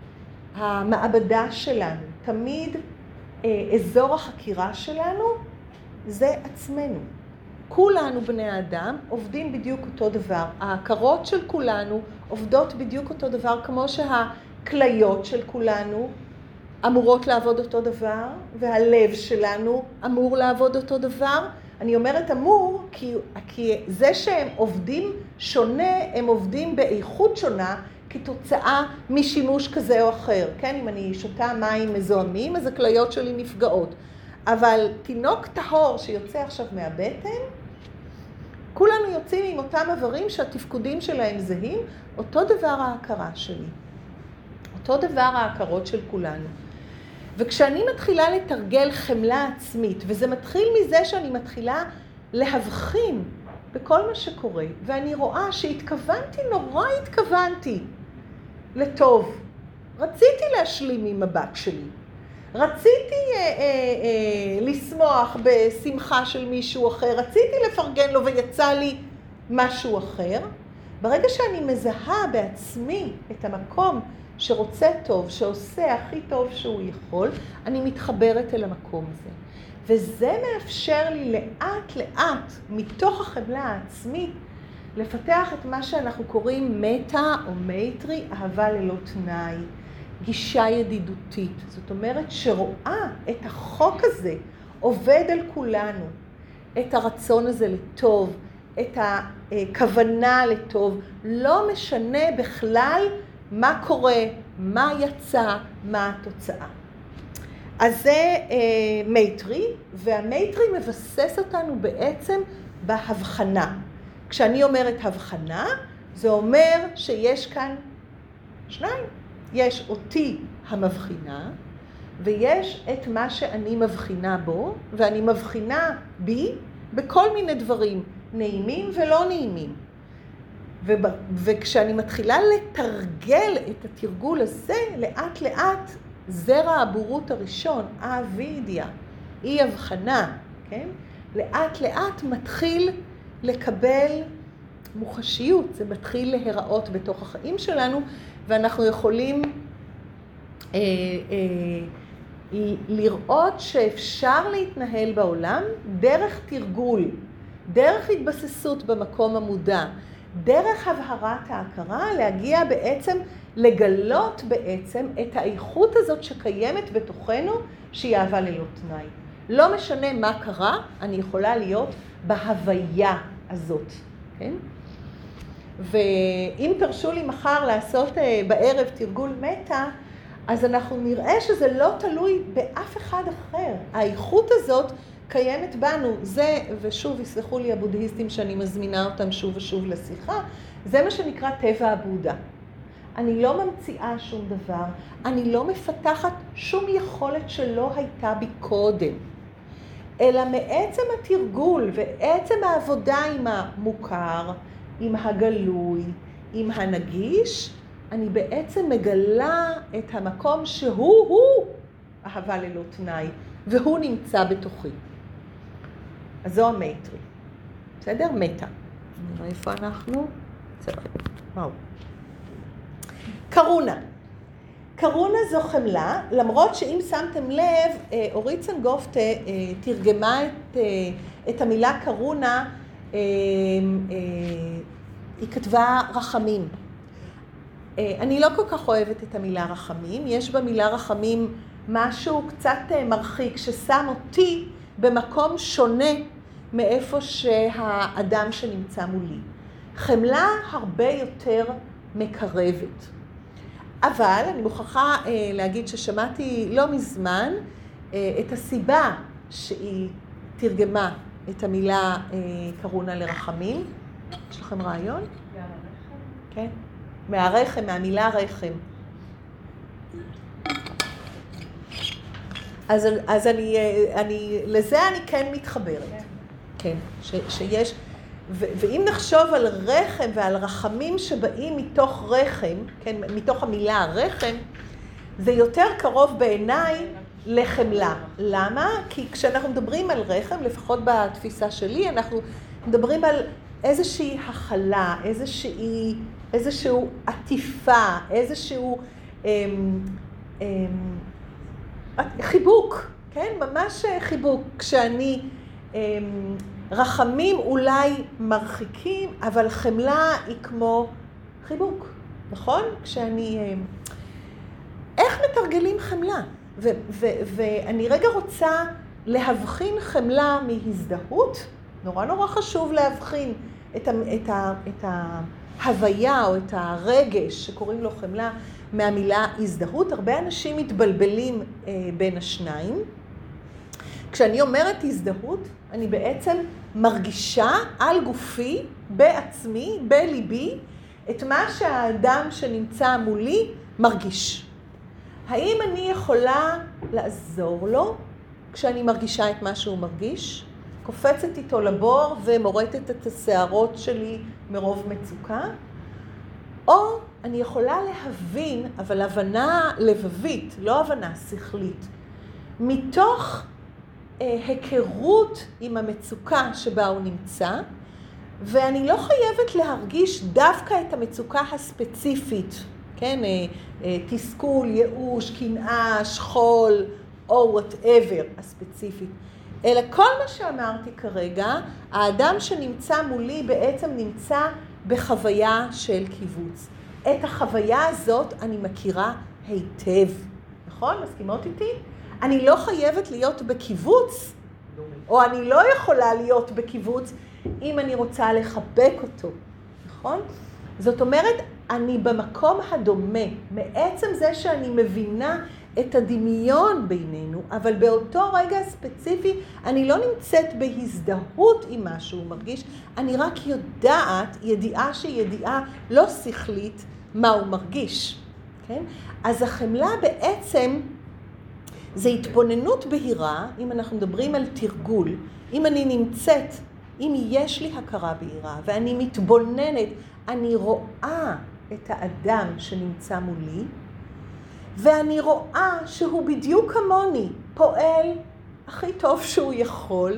המעבדה שלנו, תמיד אה, אזור החקירה שלנו, זה עצמנו. כולנו בני האדם עובדים בדיוק אותו דבר. ההכרות של כולנו עובדות בדיוק אותו דבר, כמו שהכליות של כולנו אמורות לעבוד אותו דבר, והלב שלנו אמור לעבוד אותו דבר. אני אומרת אמור, כי, כי זה שהם עובדים שונה, הם עובדים באיכות שונה, כתוצאה משימוש כזה או אחר. כן, אם אני שותה מים מזוהמים, אז הכליות שלי נפגעות. אבל תינוק טהור שיוצא עכשיו מהבטן, כולנו יוצאים עם אותם איברים שהתפקודים שלהם זהים, אותו דבר ההכרה שלי. אותו דבר ההכרות של כולנו. וכשאני מתחילה לתרגל חמלה עצמית, וזה מתחיל מזה שאני מתחילה להבחין בכל מה שקורה, ואני רואה שהתכוונתי, נורא התכוונתי לטוב. רציתי להשלים עם הבת שלי. רציתי אה, אה, אה, לשמוח בשמחה של מישהו אחר, רציתי לפרגן לו ויצא לי משהו אחר. ברגע שאני מזהה בעצמי את המקום שרוצה טוב, שעושה הכי טוב שהוא יכול, אני מתחברת אל המקום הזה. וזה מאפשר לי לאט לאט, מתוך החמלה העצמית, לפתח את מה שאנחנו קוראים מטה או מייטרי, אהבה ללא תנאי, גישה ידידותית. זאת אומרת שרואה את החוק הזה עובד על כולנו, את הרצון הזה לטוב, את הכוונה לטוב, לא משנה בכלל מה קורה, מה יצא, מה התוצאה. אז זה אה, מייטרי, והמייטרי מבסס אותנו בעצם בהבחנה. כשאני אומרת הבחנה, זה אומר שיש כאן שניים. יש אותי המבחינה, ויש את מה שאני מבחינה בו, ואני מבחינה בי בכל מיני דברים, נעימים ולא נעימים. וכשאני מתחילה לתרגל את התרגול הזה, לאט לאט זרע הבורות הראשון, האבידיה, אי הבחנה, כן? לאט לאט מתחיל לקבל מוחשיות, זה מתחיל להיראות בתוך החיים שלנו, ואנחנו יכולים אה, אה, לראות שאפשר להתנהל בעולם דרך תרגול, דרך התבססות במקום המודע, דרך הבהרת ההכרה, להגיע בעצם, לגלות בעצם את האיכות הזאת שקיימת בתוכנו, שהיא אהבה ללא תנאי. לא משנה מה קרה, אני יכולה להיות בהוויה הזאת, כן? ואם תרשו לי מחר לעשות בערב תרגול מטה, אז אנחנו נראה שזה לא תלוי באף אחד אחר. האיכות הזאת קיימת בנו. זה, ושוב יסלחו לי הבודהיסטים שאני מזמינה אותם שוב ושוב לשיחה, זה מה שנקרא טבע הבודה. אני לא ממציאה שום דבר, אני לא מפתחת שום יכולת שלא הייתה בי קודם. אלא מעצם התרגול ועצם העבודה עם המוכר, עם הגלוי, עם הנגיש, אני בעצם מגלה את המקום שהוא-הוא אהבה ללא תנאי, והוא נמצא בתוכי. אז זו המייטרי. בסדר? מטה. נראה איפה אנחנו? בסדר. וואו. קרונה. קרונה זו חמלה, למרות שאם שמתם לב, אורית סנגופטה תרגמה את, את המילה קרונה היא כתבה רחמים. אני לא כל כך אוהבת את המילה רחמים, יש במילה רחמים משהו קצת מרחיק ששם אותי במקום שונה מאיפה שהאדם שנמצא מולי. חמלה הרבה יותר מקרבת. אבל אני מוכרחה להגיד ששמעתי לא מזמן את הסיבה שהיא תרגמה את המילה קרונה לרחמים. יש לכם רעיון? מהרחם? כן. מהרחם, מהמילה רחם. אז, אז אני, אני, לזה אני כן מתחברת. כן, ש, שיש, ו, ואם נחשוב על רחם ועל רחמים שבאים מתוך רחם, כן, מתוך המילה רחם, זה יותר קרוב בעיניי לחמלה. למה? כי כשאנחנו מדברים על רחם, לפחות בתפיסה שלי, אנחנו מדברים על איזושהי הכלה, איזושהי, איזשהו עטיפה, איזשהו אמ, אמ, חיבוק, כן? ממש חיבוק. כשאני אמ, רחמים אולי מרחיקים, אבל חמלה היא כמו חיבוק, נכון? כשאני... אמ, איך מתרגלים חמלה? ו- ו- ואני רגע רוצה להבחין חמלה מהזדהות. נורא נורא חשוב להבחין את, ה- את, ה- את ההוויה או את הרגש שקוראים לו חמלה מהמילה הזדהות. הרבה אנשים מתבלבלים אה, בין השניים. כשאני אומרת הזדהות, אני בעצם מרגישה על גופי, בעצמי, בליבי, את מה שהאדם שנמצא מולי מרגיש. האם אני יכולה לעזור לו כשאני מרגישה את מה שהוא מרגיש? קופצת איתו לבור ומורטת את השערות שלי מרוב מצוקה? או אני יכולה להבין, אבל הבנה לבבית, לא הבנה שכלית, מתוך אה, היכרות עם המצוקה שבה הוא נמצא, ואני לא חייבת להרגיש דווקא את המצוקה הספציפית, כן, אה, אה, תסכול, ייאוש, קנאה, שכול, או whatever הספציפית. אלא כל מה שאמרתי כרגע, האדם שנמצא מולי בעצם נמצא בחוויה של קיבוץ. את החוויה הזאת אני מכירה היטב. נכון? מסכימות איתי? אני לא חייבת להיות בקיבוץ, או אני לא יכולה להיות בקיבוץ, אם אני רוצה לחבק אותו. נכון? זאת אומרת, אני במקום הדומה, מעצם זה שאני מבינה את הדמיון בינינו, אבל באותו רגע ספציפי אני לא נמצאת בהזדהות עם מה שהוא מרגיש, אני רק יודעת, ידיעה שהיא ידיעה לא שכלית, מה הוא מרגיש. כן? אז החמלה בעצם זה התבוננות בהירה, אם אנחנו מדברים על תרגול, אם אני נמצאת, אם יש לי הכרה בהירה ואני מתבוננת, אני רואה את האדם שנמצא מולי, ואני רואה שהוא בדיוק כמוני, פועל הכי טוב שהוא יכול,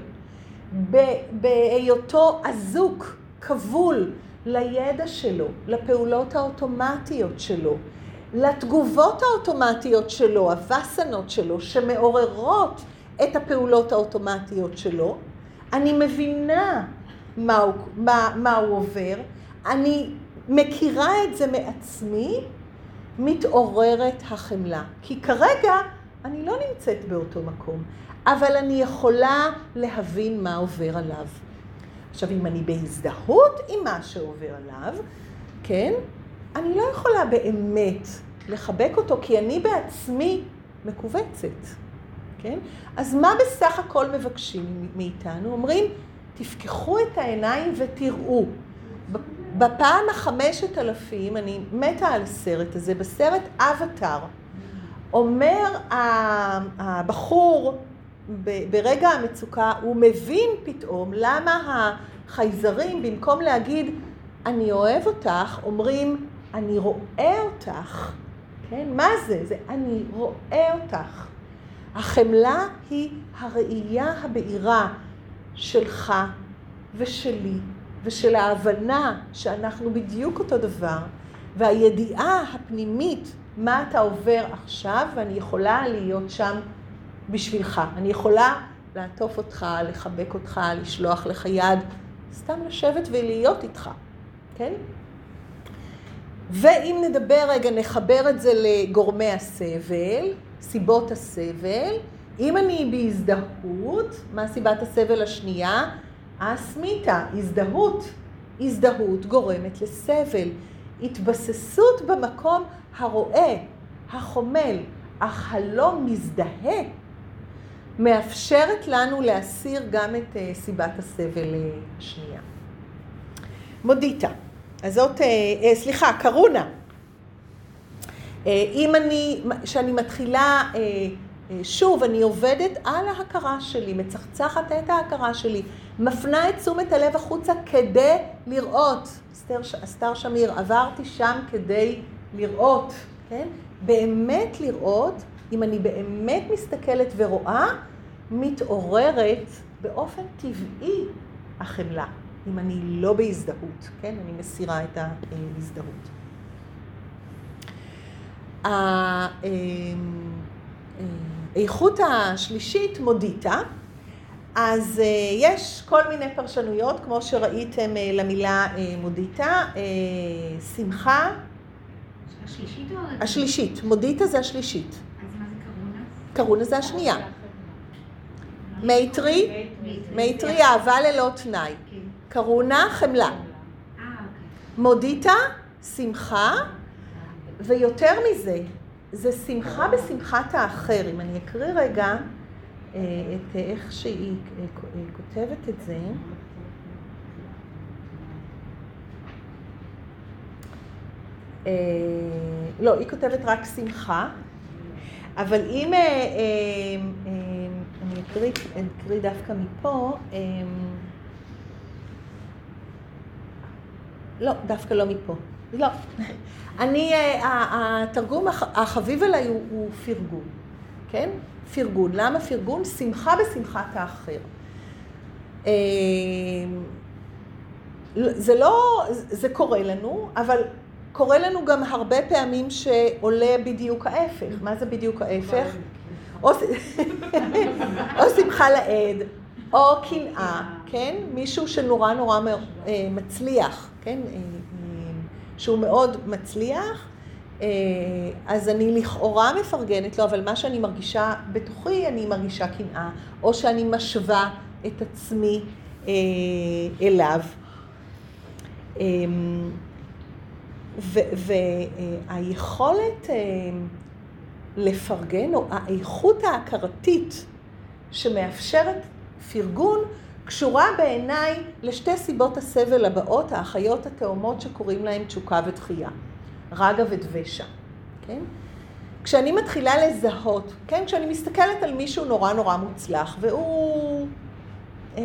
בהיותו אזוק, כבול לידע שלו, לפעולות האוטומטיות שלו, לתגובות האוטומטיות שלו, הווסנות שלו, שמעוררות את הפעולות האוטומטיות שלו. אני מבינה מה הוא, מה, מה הוא עובר, אני מכירה את זה מעצמי, מתעוררת החמלה. כי כרגע אני לא נמצאת באותו מקום, אבל אני יכולה להבין מה עובר עליו. עכשיו, אם אני בהזדהות עם מה שעובר עליו, כן, אני לא יכולה באמת לחבק אותו, כי אני בעצמי מקובצת. כן? אז מה בסך הכל מבקשים מאיתנו? אומרים, תפקחו את העיניים ותראו. בפעם החמשת אלפים, אני מתה על הסרט הזה, בסרט אבטר, אומר הבחור ברגע המצוקה, הוא מבין פתאום למה החייזרים, במקום להגיד, אני אוהב אותך, אומרים, אני רואה אותך. כן? מה זה? זה אני רואה אותך. החמלה היא הראייה הבהירה שלך ושלי, ושל ההבנה שאנחנו בדיוק אותו דבר, והידיעה הפנימית מה אתה עובר עכשיו, ואני יכולה להיות שם בשבילך. אני יכולה לעטוף אותך, לחבק אותך, לשלוח לך יד, סתם לשבת ולהיות איתך, כן? ואם נדבר רגע, נחבר את זה לגורמי הסבל, סיבות הסבל. אם אני בהזדהות, מה סיבת הסבל השנייה? אסמיתה, הזדהות. הזדהות גורמת לסבל. התבססות במקום הרואה, החומל, אך הלא מזדהה, מאפשרת לנו להסיר גם את uh, סיבת הסבל השנייה. מודיטה. אז זאת, uh, uh, סליחה, קרונה. Uh, אם אני, שאני מתחילה, uh, uh, שוב, אני עובדת על ההכרה שלי, מצחצחת את ההכרה שלי, מפנה את תשומת הלב החוצה כדי לראות. אסתר, אסתר שמיר, עברתי שם כדי לראות, כן? באמת לראות, אם אני באמת מסתכלת ורואה, מתעוררת באופן טבעי החמלה, אם אני לא בהזדהות, כן? אני מסירה את ההזדהות. האיכות השלישית, מודיטה, אז יש כל מיני פרשנויות, כמו שראיתם למילה מודיטה, שמחה. השלישית או? השלישית, מודיטה זה השלישית. אז מה זה קרונה? קרונה זה השנייה. מייטרי, מייטרי אהבה ללא תנאי. קרונה, חמלה. מודיטה, שמחה, ויותר מזה, זה שמחה בשמחת האחר. אם אני אקריא רגע את איך שהיא כותבת את זה. לא, היא כותבת רק שמחה, אבל אם אני אקריא, אקריא דווקא מפה, לא, דווקא לא מפה, לא. אני, התרגום החביב עליי הוא, הוא פרגון, כן? פרגון. למה פרגון? שמחה בשמחת האחר. זה לא, זה קורה לנו, אבל קורה לנו גם הרבה פעמים שעולה בדיוק ההפך. מה זה בדיוק ההפך? או, או שמחה לעד, או קנאה, כן? מישהו שנורא נורא מצליח, כן? שהוא מאוד מצליח, אז אני לכאורה מפרגנת לו, אבל מה שאני מרגישה בתוכי, אני מרגישה קנאה, או שאני משווה את עצמי אליו. והיכולת לפרגן, או האיכות ההכרתית שמאפשרת פרגון, קשורה בעיניי לשתי סיבות הסבל הבאות, האחיות התאומות שקוראים להן תשוקה ודחייה, רגע ודבשה, כן? כשאני מתחילה לזהות, כן? כשאני מסתכלת על מישהו נורא נורא מוצלח, והוא, אה,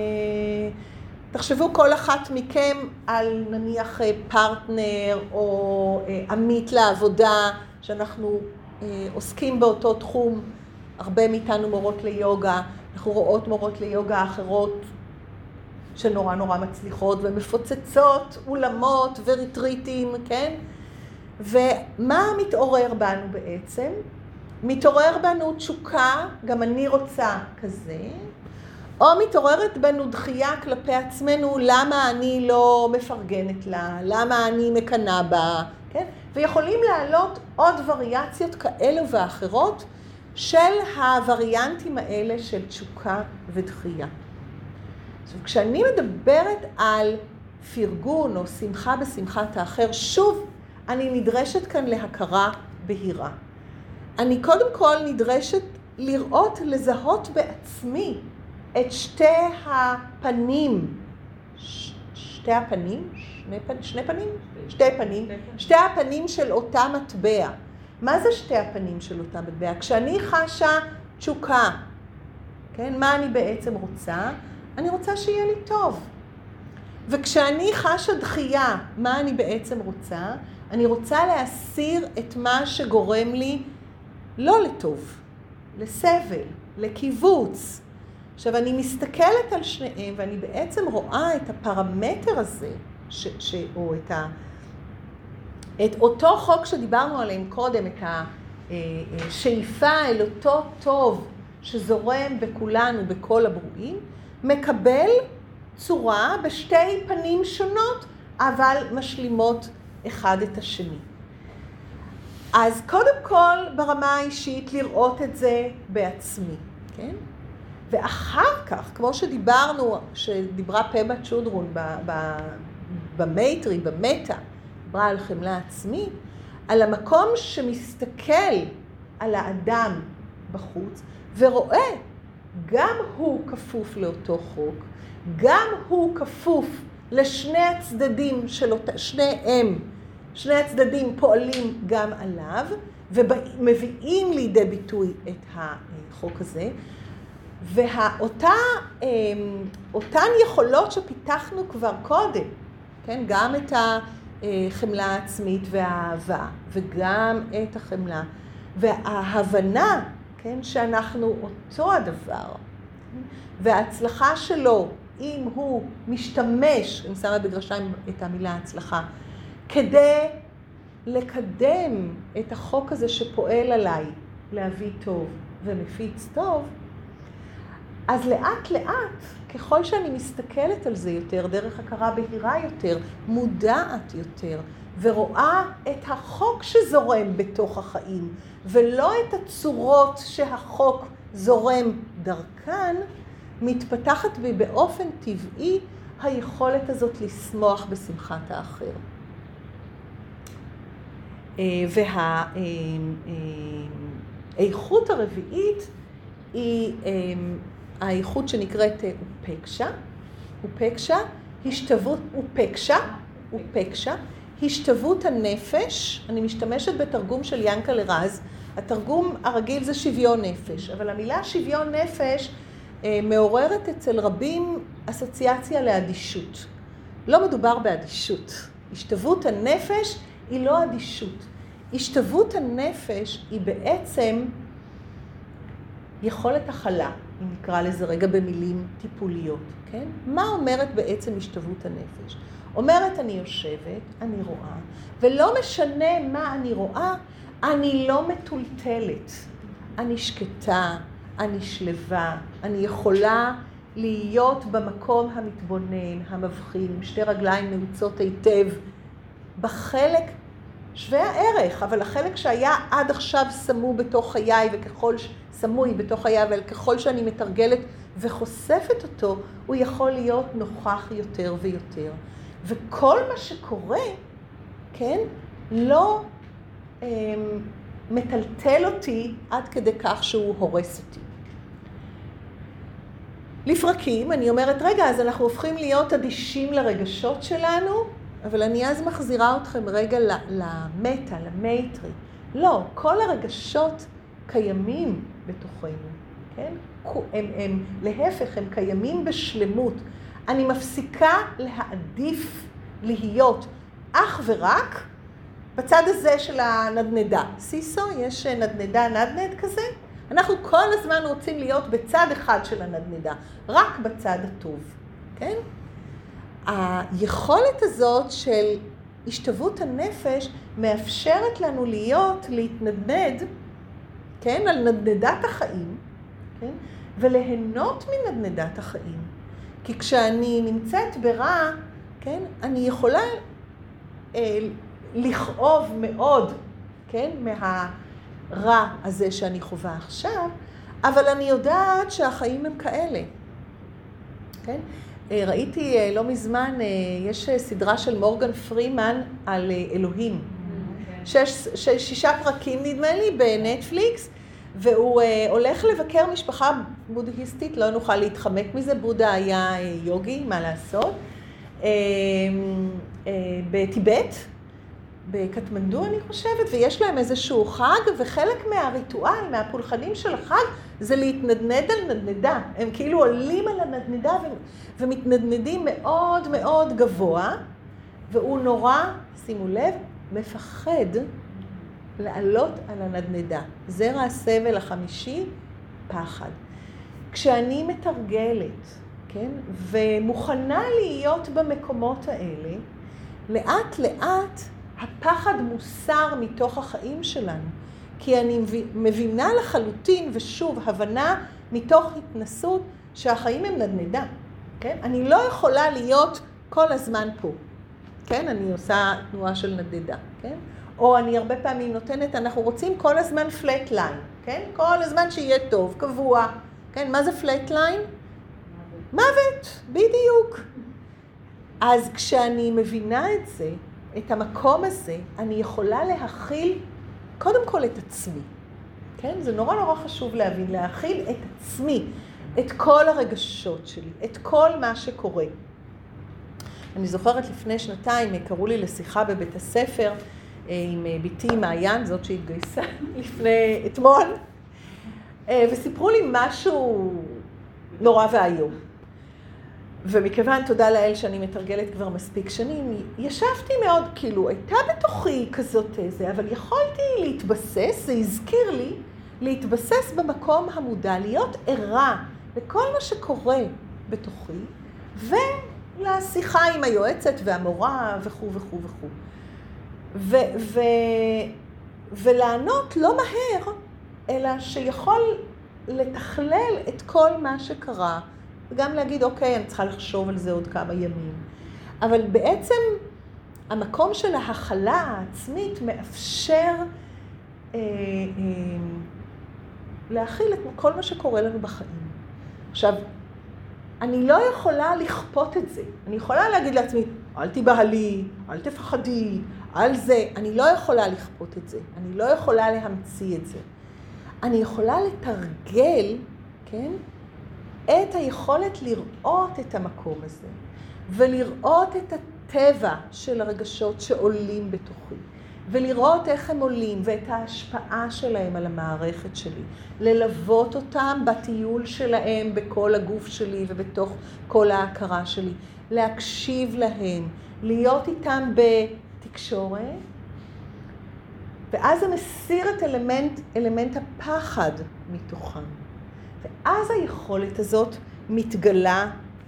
תחשבו כל אחת מכם על נניח פרטנר או אה, עמית לעבודה, שאנחנו אה, עוסקים באותו תחום, הרבה מאיתנו מורות ליוגה, אנחנו רואות מורות ליוגה אחרות שנורא נורא מצליחות ומפוצצות אולמות וריטריטים, כן? ומה מתעורר בנו בעצם? מתעורר בנו תשוקה, גם אני רוצה כזה, או מתעוררת בנו דחייה כלפי עצמנו, למה אני לא מפרגנת לה, למה אני מקנה בה, כן? ויכולים לעלות עוד וריאציות כאלו ואחרות, של הווריאנטים האלה של תשוקה ודחייה. עכשיו, כשאני מדברת על פרגון או שמחה בשמחת האחר, שוב, אני נדרשת כאן להכרה בהירה. אני קודם כל נדרשת לראות, לזהות בעצמי את שתי הפנים, ש, שתי הפנים, שני, פ, שני פנים? שתי פנים, שתי הפנים של אותה מטבע. מה זה שתי הפנים של אותה מטבע? כשאני חשה תשוקה, כן? מה אני בעצם רוצה? אני רוצה שיהיה לי טוב. וכשאני חשה דחייה, מה אני בעצם רוצה? אני רוצה להסיר את מה שגורם לי לא לטוב, לסבל, לקיבוץ. עכשיו, אני מסתכלת על שניהם, ואני בעצם רואה את הפרמטר הזה, ש, ש, או את ה... את אותו חוק שדיברנו עליהם קודם, את השאיפה אל אותו טוב שזורם בכולנו, בכל הברואים, מקבל צורה בשתי פנים שונות, אבל משלימות אחד את השני. אז קודם כל, ברמה האישית, לראות את זה בעצמי, כן? ואחר כך, כמו שדיברנו, שדיברה פמה צ'ודרון במייטרי, במטה, דיברה על חמלה עצמית, על המקום שמסתכל על האדם בחוץ, ורואה, גם הוא כפוף לאותו חוק, גם הוא כפוף לשני הצדדים של אותה, שניהם, שני הצדדים פועלים גם עליו, ומביאים לידי ביטוי את החוק הזה, ואותן יכולות שפיתחנו כבר קודם, כן? גם את החמלה העצמית והאהבה, וגם את החמלה, וההבנה, כן? שאנחנו אותו הדבר, וההצלחה שלו, אם הוא משתמש, אני שמה בגרשיים את המילה הצלחה, כדי לקדם את החוק הזה שפועל עליי, להביא טוב ומפיץ טוב, אז לאט לאט, ככל שאני מסתכלת על זה יותר, דרך הכרה בהירה יותר, מודעת יותר, ורואה את החוק שזורם בתוך החיים, ולא את הצורות שהחוק זורם דרכן, מתפתחת בי באופן טבעי היכולת הזאת לשמוח בשמחת האחר. והאיכות הרביעית היא האיכות שנקראת אופקשה, אופקשה, השתוות, אופקשה, אופקשה, השתוות הנפש. אני משתמשת בתרגום של ינקלה רז. התרגום הרגיל זה שוויון נפש, אבל המילה שוויון נפש מעוררת אצל רבים אסוציאציה לאדישות. לא מדובר באדישות. השתוות הנפש היא לא אדישות. השתוות הנפש היא בעצם יכולת הכלה, אם נקרא לזה רגע במילים טיפוליות, כן? מה אומרת בעצם השתוות הנפש? אומרת, אני יושבת, אני רואה, ולא משנה מה אני רואה, אני לא מטולטלת. אני שקטה, אני שלווה, אני יכולה להיות במקום המתבונן, המבחין, עם שתי רגליים נעוצות היטב, בחלק שווה הערך, אבל החלק שהיה עד עכשיו סמוי בתוך חיי, וככל סמוי בתוך חיי, אבל ככל שאני מתרגלת וחושפת אותו, הוא יכול להיות נוכח יותר ויותר. וכל מה שקורה, כן, לא אה, מטלטל אותי עד כדי כך שהוא הורס אותי. לפרקים, אני אומרת, רגע, אז אנחנו הופכים להיות אדישים לרגשות שלנו, אבל אני אז מחזירה אתכם רגע למטה, למייטרי. לא, כל הרגשות קיימים בתוכנו, כן? הם, הם, להפך, הם קיימים בשלמות. אני מפסיקה להעדיף להיות אך ורק בצד הזה של הנדנדה. סיסו, יש נדנדה נדנד כזה? אנחנו כל הזמן רוצים להיות בצד אחד של הנדנדה, רק בצד הטוב, כן? היכולת הזאת של השתוות הנפש מאפשרת לנו להיות, להתנדנד, כן, על נדנדת החיים, כן, וליהנות מנדנדת החיים. כי כשאני נמצאת ברע, כן, אני יכולה אה, לכאוב מאוד, כן, מהרע הזה שאני חווה עכשיו, אבל אני יודעת שהחיים הם כאלה, כן? ראיתי לא מזמן, יש סדרה של מורגן פרימן על אלוהים. שש, שש, שישה פרקים נדמה לי בנטפליקס, והוא הולך לבקר משפחה בודהיסטית, לא נוכל להתחמק מזה, בודה היה יוגי, מה לעשות, בטיבט, בקטמנדו אני חושבת, ויש להם איזשהו חג, וחלק מהריטואל, מהפולחנים של החג, זה להתנדנד על נדנדה. הם כאילו עולים על הנדנדה ומתנדנדים מאוד מאוד גבוה, והוא נורא, שימו לב, מפחד לעלות על הנדנדה. זרע הסבל החמישי, פחד. כשאני מתרגלת, כן, ומוכנה להיות במקומות האלה, לאט לאט הפחד מוסר מתוך החיים שלנו. כי אני מבינה לחלוטין, ושוב, הבנה מתוך התנסות שהחיים הם נדנדה. כן? אני לא יכולה להיות כל הזמן פה, כן? אני עושה תנועה של נדדה, כן? או אני הרבה פעמים נותנת, אנחנו רוצים כל הזמן flat line, כן? כל הזמן שיהיה טוב, קבוע, כן? מה זה flat line? מוות, בדיוק. אז כשאני מבינה את זה, את המקום הזה, אני יכולה להכיל קודם כל את עצמי, כן? זה נורא נורא חשוב להבין, להכיל את עצמי, את כל הרגשות שלי, את כל מה שקורה. אני זוכרת לפני שנתיים, קראו לי לשיחה בבית הספר עם ביתי מעיין, זאת שהתגייסה לפני אתמול, וסיפרו לי משהו נורא והיום. ומכיוון, תודה לאל שאני מתרגלת כבר מספיק שנים, ישבתי מאוד, כאילו, הייתה בתוכי כזאת איזה, אבל יכולתי להתבסס, זה הזכיר לי, להתבסס במקום המודע, להיות ערה לכל מה שקורה בתוכי, ולשיחה עם היועצת והמורה וכו' וכו' וכו'. ו- ו- ולענות לא מהר, אלא שיכול לתכלל את כל מה שקרה, וגם להגיד, אוקיי, אני צריכה לחשוב על זה עוד כמה ימים. אבל בעצם המקום של ההכלה העצמית מאפשר אה, אה, להכיל את כל מה שקורה לנו בחיים. עכשיו, אני לא יכולה לכפות את זה. אני יכולה להגיד לעצמי, אל תיבהלי, אל תפחדי, על זה. אני לא יכולה לכפות את זה. אני לא יכולה להמציא את זה. אני יכולה לתרגל, כן? את היכולת לראות את המקום הזה, ולראות את הטבע של הרגשות שעולים בתוכי, ולראות איך הם עולים, ואת ההשפעה שלהם על המערכת שלי, ללוות אותם בטיול שלהם בכל הגוף שלי ובתוך כל ההכרה שלי, להקשיב להם, להיות איתם בתקשורת, ואז זה מסיר את אלמנט, אלמנט הפחד מתוכם. ואז היכולת הזאת מתגלה,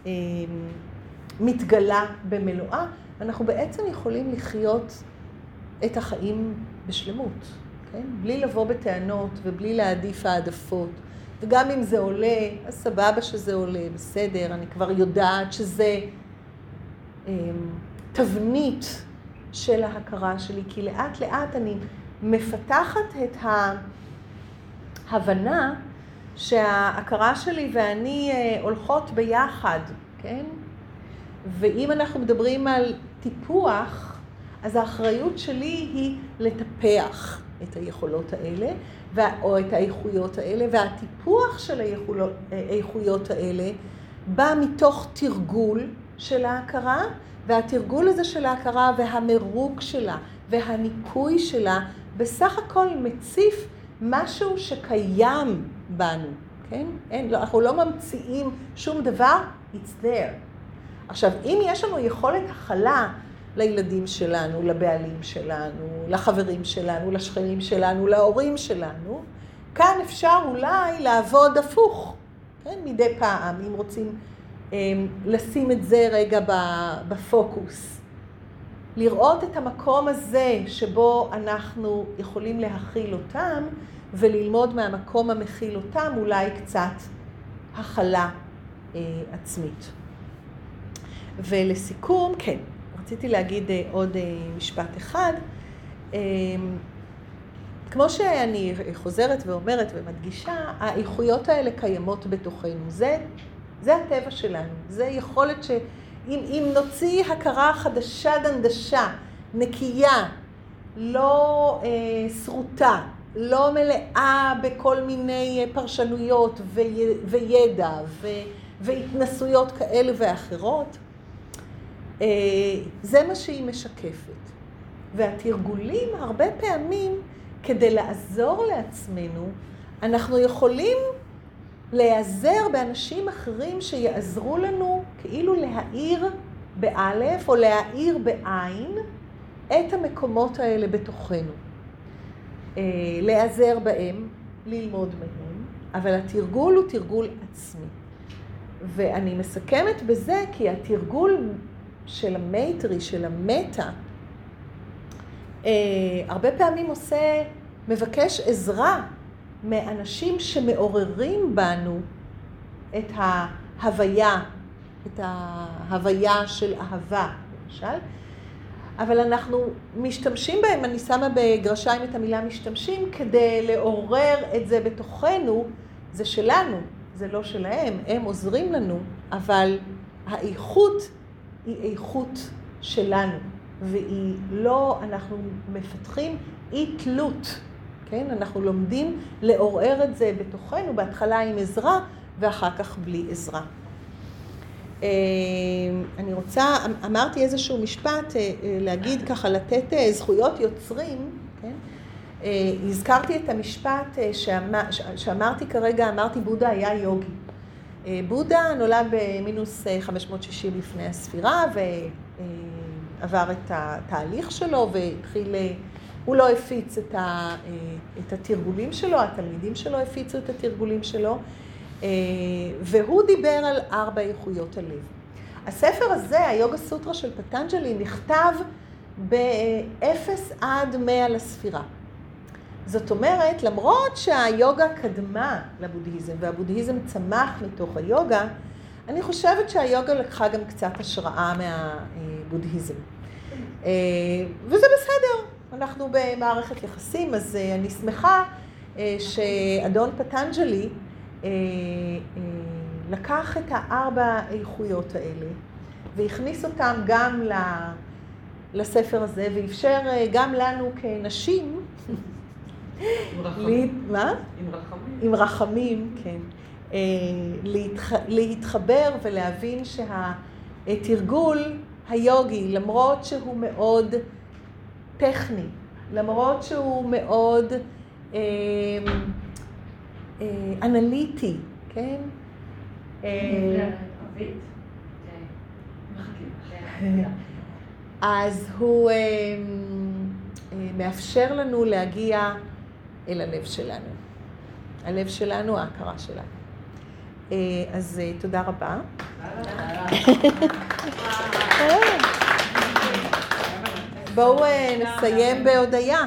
מתגלה במלואה, ואנחנו בעצם יכולים לחיות את החיים בשלמות, כן? בלי לבוא בטענות ובלי להעדיף העדפות. וגם אם זה עולה, אז סבבה שזה עולה, בסדר, אני כבר יודעת שזה תבנית של ההכרה שלי, כי לאט לאט אני מפתחת את ההבנה שההכרה שלי ואני הולכות ביחד, כן? ואם אנחנו מדברים על טיפוח, אז האחריות שלי היא לטפח את היכולות האלה, או את האיכויות האלה, והטיפוח של האיכויות האלה בא מתוך תרגול של ההכרה, והתרגול הזה של ההכרה והמרוג שלה והניקוי שלה בסך הכל מציף משהו שקיים בנו, כן? אין, לא, אנחנו לא ממציאים שום דבר, it's there. עכשיו, אם יש לנו יכולת הכלה לילדים שלנו, לבעלים שלנו, לחברים שלנו, לשכנים שלנו, להורים שלנו, כאן אפשר אולי לעבוד הפוך, כן? מדי פעם, אם רוצים הם, לשים את זה רגע בפוקוס. לראות את המקום הזה שבו אנחנו יכולים להכיל אותם, וללמוד מהמקום המכיל אותם אולי קצת הכלה אה, עצמית. ולסיכום, כן, רציתי להגיד אה, עוד אה, משפט אחד. אה, כמו שאני חוזרת ואומרת ומדגישה, האיכויות האלה קיימות בתוכנו. זה, זה הטבע שלנו. זה יכולת שאם אם נוציא הכרה חדשה דנדשה, נקייה, לא אה, שרוטה, לא מלאה בכל מיני פרשנויות וידע והתנסויות כאלה ואחרות, זה מה שהיא משקפת. והתרגולים הרבה פעמים, כדי לעזור לעצמנו, אנחנו יכולים להיעזר באנשים אחרים שיעזרו לנו כאילו להאיר באלף או להאיר בעין את המקומות האלה בתוכנו. להיעזר בהם, ללמוד מהם, אבל התרגול הוא תרגול עצמי. ואני מסכמת בזה כי התרגול של המייטרי, של המטה, הרבה פעמים עושה, מבקש עזרה מאנשים שמעוררים בנו את ההוויה את ההוויה של אהבה, למשל. אבל אנחנו משתמשים בהם, אני שמה בגרשיים את המילה משתמשים, כדי לעורר את זה בתוכנו, זה שלנו, זה לא שלהם, הם עוזרים לנו, אבל האיכות היא איכות שלנו, והיא לא, אנחנו מפתחים אי תלות, כן? אנחנו לומדים לעורר את זה בתוכנו, בהתחלה עם עזרה, ואחר כך בלי עזרה. אני רוצה, אמרתי איזשהו משפט, להגיד ככה, לתת זכויות יוצרים, כן? הזכרתי את המשפט שאמרתי כרגע, אמרתי בודה היה יוגי. בודה נולד במינוס חמש מאות שישים לפני הספירה, ועבר את התהליך שלו, והתחיל, הוא לא הפיץ את, ה, את התרגולים שלו, התלמידים שלו הפיצו את התרגולים שלו, והוא דיבר על ארבע איכויות הלב. הספר הזה, היוגה סוטרה של פטנג'לי, נכתב ב-אפס עד מאה לספירה. זאת אומרת, למרות שהיוגה קדמה לבודהיזם, והבודהיזם צמח מתוך היוגה, אני חושבת שהיוגה לקחה גם קצת השראה מהבודהיזם. וזה בסדר, אנחנו במערכת יחסים, אז אני שמחה שאדון פטנג'לי לקח את הארבע איכויות האלה, והכניס אותם גם לספר הזה, ואפשר גם לנו כנשים, עם רחמים. מה? עם רחמים. עם רחמים, כן. להתח... להתחבר ולהבין שהתרגול היוגי, למרות שהוא מאוד טכני, למרות שהוא מאוד אה, אה, אנליטי, כן? אז הוא אה, אה, מאפשר לנו להגיע אל הלב שלנו. הלב שלנו, ההכרה שלנו. אה, אז אה, תודה רבה. בואו אה, נסיים בהודיה.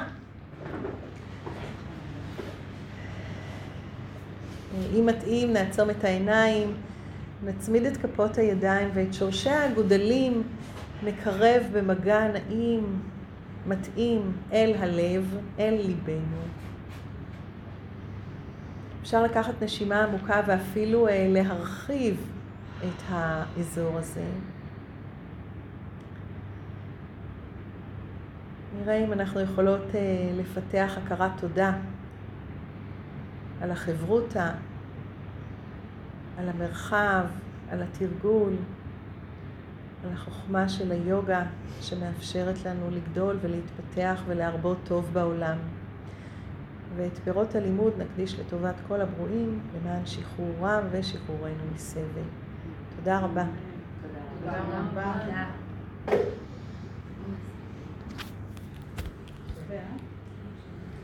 אם מתאים, נעצום את העיניים, נצמיד את כפות הידיים ואת שורשי הגודלים נקרב במגע נעים, מתאים אל הלב, אל ליבנו. אפשר לקחת נשימה עמוקה ואפילו אה, להרחיב את האזור הזה. נראה אם אנחנו יכולות אה, לפתח הכרת תודה על החברותה, על המרחב, על התרגול, על החוכמה של היוגה שמאפשרת לנו לגדול ולהתפתח ולהרבות טוב בעולם. ואת פירות הלימוד נקדיש לטובת כל הברואים למען שחרורם ושחרורנו מסבל. תודה רבה. תודה רבה.